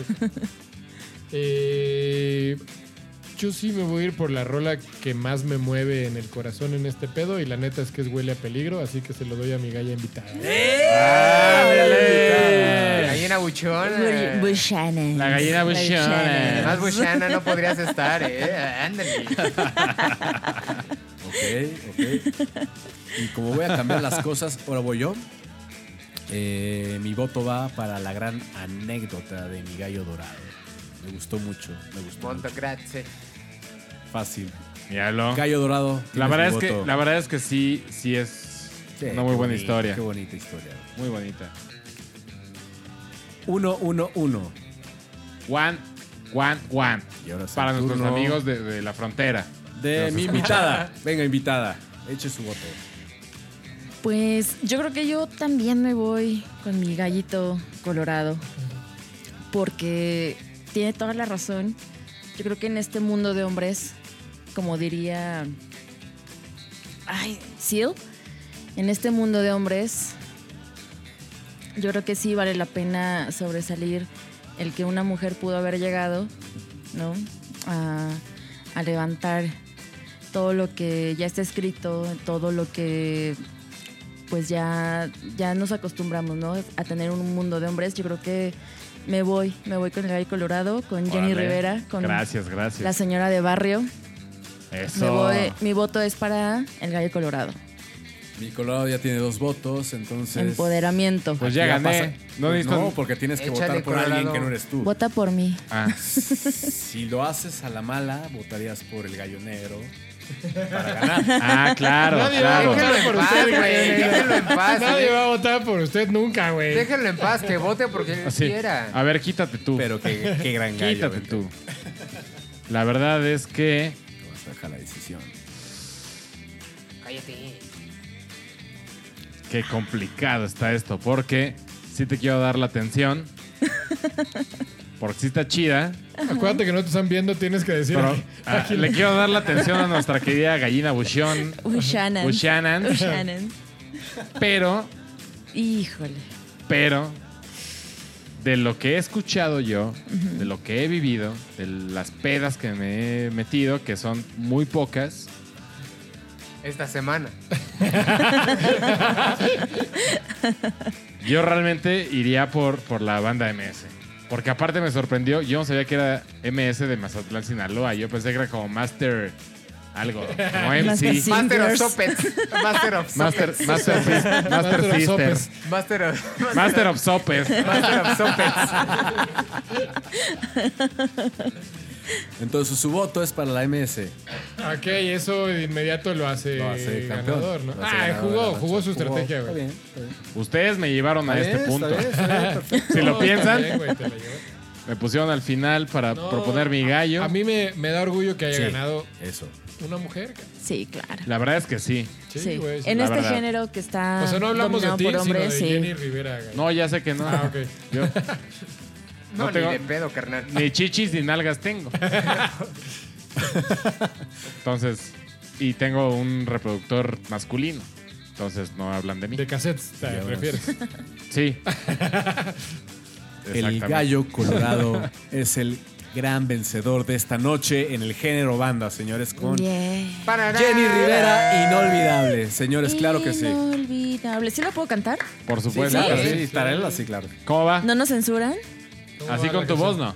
Yo sí me voy a ir por la rola que más me mueve en el corazón en este pedo, y la neta es que es Huele a Peligro, así que se lo doy a mi galla invitada. ¡Ándale! Gallina buchona. Bushana. La gallina buchona. Más buchana no podrías estar, ándale. Ok. Y como voy a cambiar las cosas, ahora voy yo. Mi voto va para la gran anécdota de mi gallo dorado. Me gustó mucho. Molto grazie. Fácil. Míralo. Gallo dorado. La tienes verdad, mi voto. la verdad es que sí es Sí, una muy qué buena bonito, historia. Qué bonita historia. Muy bonita. 1-1-1. One. Y ahora es Para el nuestros turno amigos de la frontera. de mi invitada. Venga, invitada. Eche su voto. Pues yo creo que yo también me voy con mi gallito colorado. Porque tiene toda la razón. Yo creo que en este mundo de hombres, como diría Seal, en este mundo de hombres, yo creo que sí vale la pena sobresalir el que una mujer pudo haber llegado, ¿no? A levantar todo lo que ya está escrito, todo lo que pues ya nos acostumbramos, ¿no? A tener un mundo de hombres. Yo creo que me voy con el gallo colorado, con Jenny Órale. Rivera, con Gracias. la señora de barrio. Eso. Mi voto es para el gallo colorado. Mi colorado ya tiene 2 votos, entonces... Empoderamiento. Pues ya Ya gané. pasa. No Pues necesito. no, porque tienes que Échale, votar por alguien Colorado. que no eres tú. Vota por mí. Ah, Si lo haces a la mala, votarías por el gallo negro para ganar. ah, claro, Nadie va a claro. votar Déjenlo por en paz, usted, güey. güey. Déjenlo en paz. Nadie va a votar por usted nunca, güey. Déjenlo en paz, que vote porque él Sí. quiera. A ver, quítate tú. Pero qué gran gallo. Quítate vete. tú. La verdad es que Vas a dejar la decisión. Cállate. qué complicado está esto, porque sí te quiero dar la atención. Porque sí está chida. Acuérdate que no te están viendo, tienes que decir. Pero le quiero dar la atención a nuestra querida gallina Buchón. Ushanan. Ushanan. Ushanan. Pero Híjole. de lo que he escuchado yo, de lo que he vivido, de las pedas que me he metido, que son muy pocas, Esta semana. yo realmente iría por la banda MS. Porque aparte me sorprendió, yo no sabía que era MS de Mazatlán, Sinaloa. Yo pensé que era como Master algo, como Master MC. Sí. Master of Fingers. Sopets. Master of Master, Sopets. Master of Sister. Sopes. Master of Master of Sopes. Master of Sopets. Entonces su voto es para la MS. Ok, eso de inmediato lo hace campeón. ganador, ¿no? Lo hace ganador de la Jugó mancha. su estrategia, Está güey. bien, está bien. Ustedes me llevaron a este punto. Está bien, perfecto. Si lo No, piensan, está bien, güey, te la llevo. me pusieron al final para No, proponer mi gallo. A mí me da orgullo que haya Sí, ganado eso. una mujer. Sí, claro. La verdad es que sí. Sí. Güey. En la este verdad. género que está O sea, no hablamos de dominado ti, por sino hombres, de sí. Jenny Rivera. güey. No, ya sé que no. Ah, ok. Yo No, No tengo- ni de pedo, carnal. ni chichis ni nalgas tengo. Entonces, y tengo un reproductor masculino. Entonces no hablan de mí. De cassettes, ¿te Ya, bueno. refieres? Sí. El Exactamente. gallo colorado es el gran vencedor de esta noche en el género banda, señores, con Yeah. Parará. Jenny Rivera, inolvidable. Señores, claro que sí. Inolvidable. ¿Sí la puedo cantar? Por Sí, supuesto. claro, que sí, sí. Tarela, sí, claro. ¿Cómo va? ¿No nos censuran? ¿Cómo Así va con la tu voz, canción?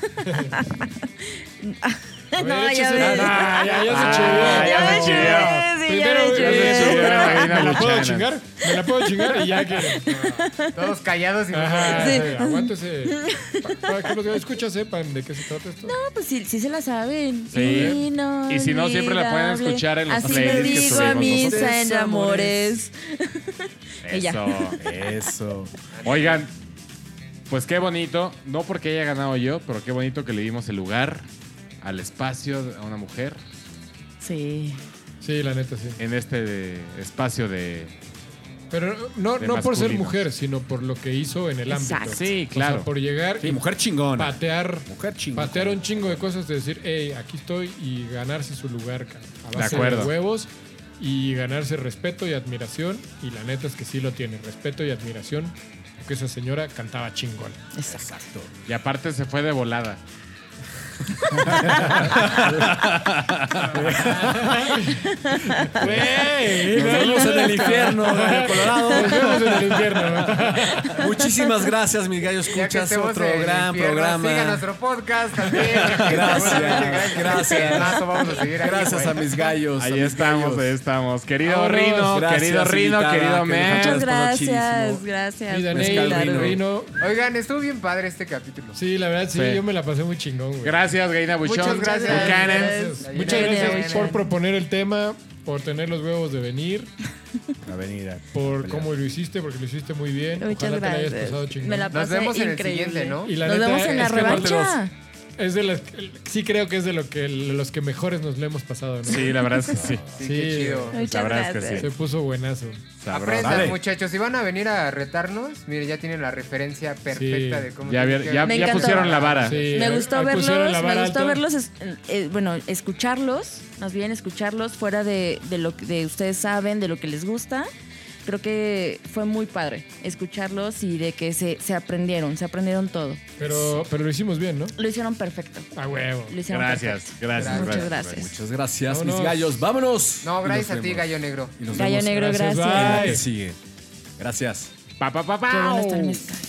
¿no? A ver, No, ya échese ves. una. Ya se Ah, chivió. ya me me chivió. chivé, sí, Primero, ya me chivé. chivió. ¿me la puedo Luchana. chingar? ¿Me la puedo chingar? Y ya que... Todos callados y Ajá, Sí. aguántese. Para que los escuchas sepan de qué se trata esto. No, pues sí se la saben. Sí. Y si no, siempre la pueden Inolvidable. escuchar en los Así playlists le que digo subimos a misa nosotros. en amores. Y ya. Eso. Eso. Oigan, pues qué bonito. No porque haya ganado yo, pero qué bonito que le dimos el lugar al espacio a una mujer Sí, Sí. la neta, sí. en este espacio de... Pero no De por ser masculinos. mujer, sino por lo que hizo en el ámbito. Exacto. Sí, O claro. sea, por llegar Sí, y mujer chingona. patear, Mujer chingona. patear un chingo de cosas, de decir, hey, aquí estoy, y ganarse su lugar, cabrón, a De base acuerdo. de huevos, y ganarse respeto y admiración. Y la neta es que sí lo tiene, respeto y admiración, porque esa señora cantaba chingón. Exacto. Y aparte se fue de volada. Güey, Nos vemos en el infierno, gallo colorado. Nos vemos en el infierno. Muchísimas gracias, mis gallos. ya que Escuchas estemos otro en el gran infierno, programa. Sigan nuestro podcast también. Gracias. Mazo, vamos a seguir aquí, Gracias güey. a mis gallos. Ahí a mis estamos, gallos. ahí estamos. Querido Vámonos. Rino, Gracias, querido Rino, invitada, querido que Mer. nos Muchas pasó gracias, chidísimo. gracias. Vida Mezcal Negra, Rino. Rino. Oigan, estuvo bien padre este capítulo. Sí, la verdad, sí, Sí. yo me la pasé muy chingón, güey. Gracias, Gaina Buchón. Muchas gracias. Buchanan. Gracias. Ahí Muchas viene, gracias ahí por viene. proponer el tema, por tener los huevos de venir, Avenida. por cómo lo hiciste, porque lo hiciste muy bien. Muchas Ojalá te la hayas gracias. pasado chingón. Me la Nos pasé vemos en el increíble. siguiente, ¿no? Y la Nos neta, vemos en la es que aparte revancha. Es de las, sí creo que es de los que mejores nos lo hemos pasado, ¿no? Sí, la verdad es que sí. Sí, Sí. qué chido. La Muchas verdad es que gracias. sí. Se puso buenazo. Sabroso. Aprendan, Dale. muchachos. Si van a venir a retarnos, mire, ya tienen la referencia perfecta Sí. de cómo... Ya, tienen que- ya Me encantó. pusieron la vara. Sí, Me gustó ahí pusieron verlos, la me vara gustó alta. verlos, bueno, escucharlos, más bien escucharlos fuera de lo que de ustedes saben, de lo que les gusta. Creo que fue muy padre escucharlos y de que se aprendieron todo. Pero lo hicimos bien, ¿no? Lo hicieron perfecto. A huevo. Lo hicieron Gracias, perfecto. gracias. Muchas gracias. Muchas gracias, Vámonos. mis gallos. Vámonos. No, Y gracias nos a ti, vemos. Gallo Negro. Y nos Gallo vemos Negro, Gracias, gracias. en la bye. que sigue. Gracias. Pa, pa, pa, Qué bueno pau. está el mezcal.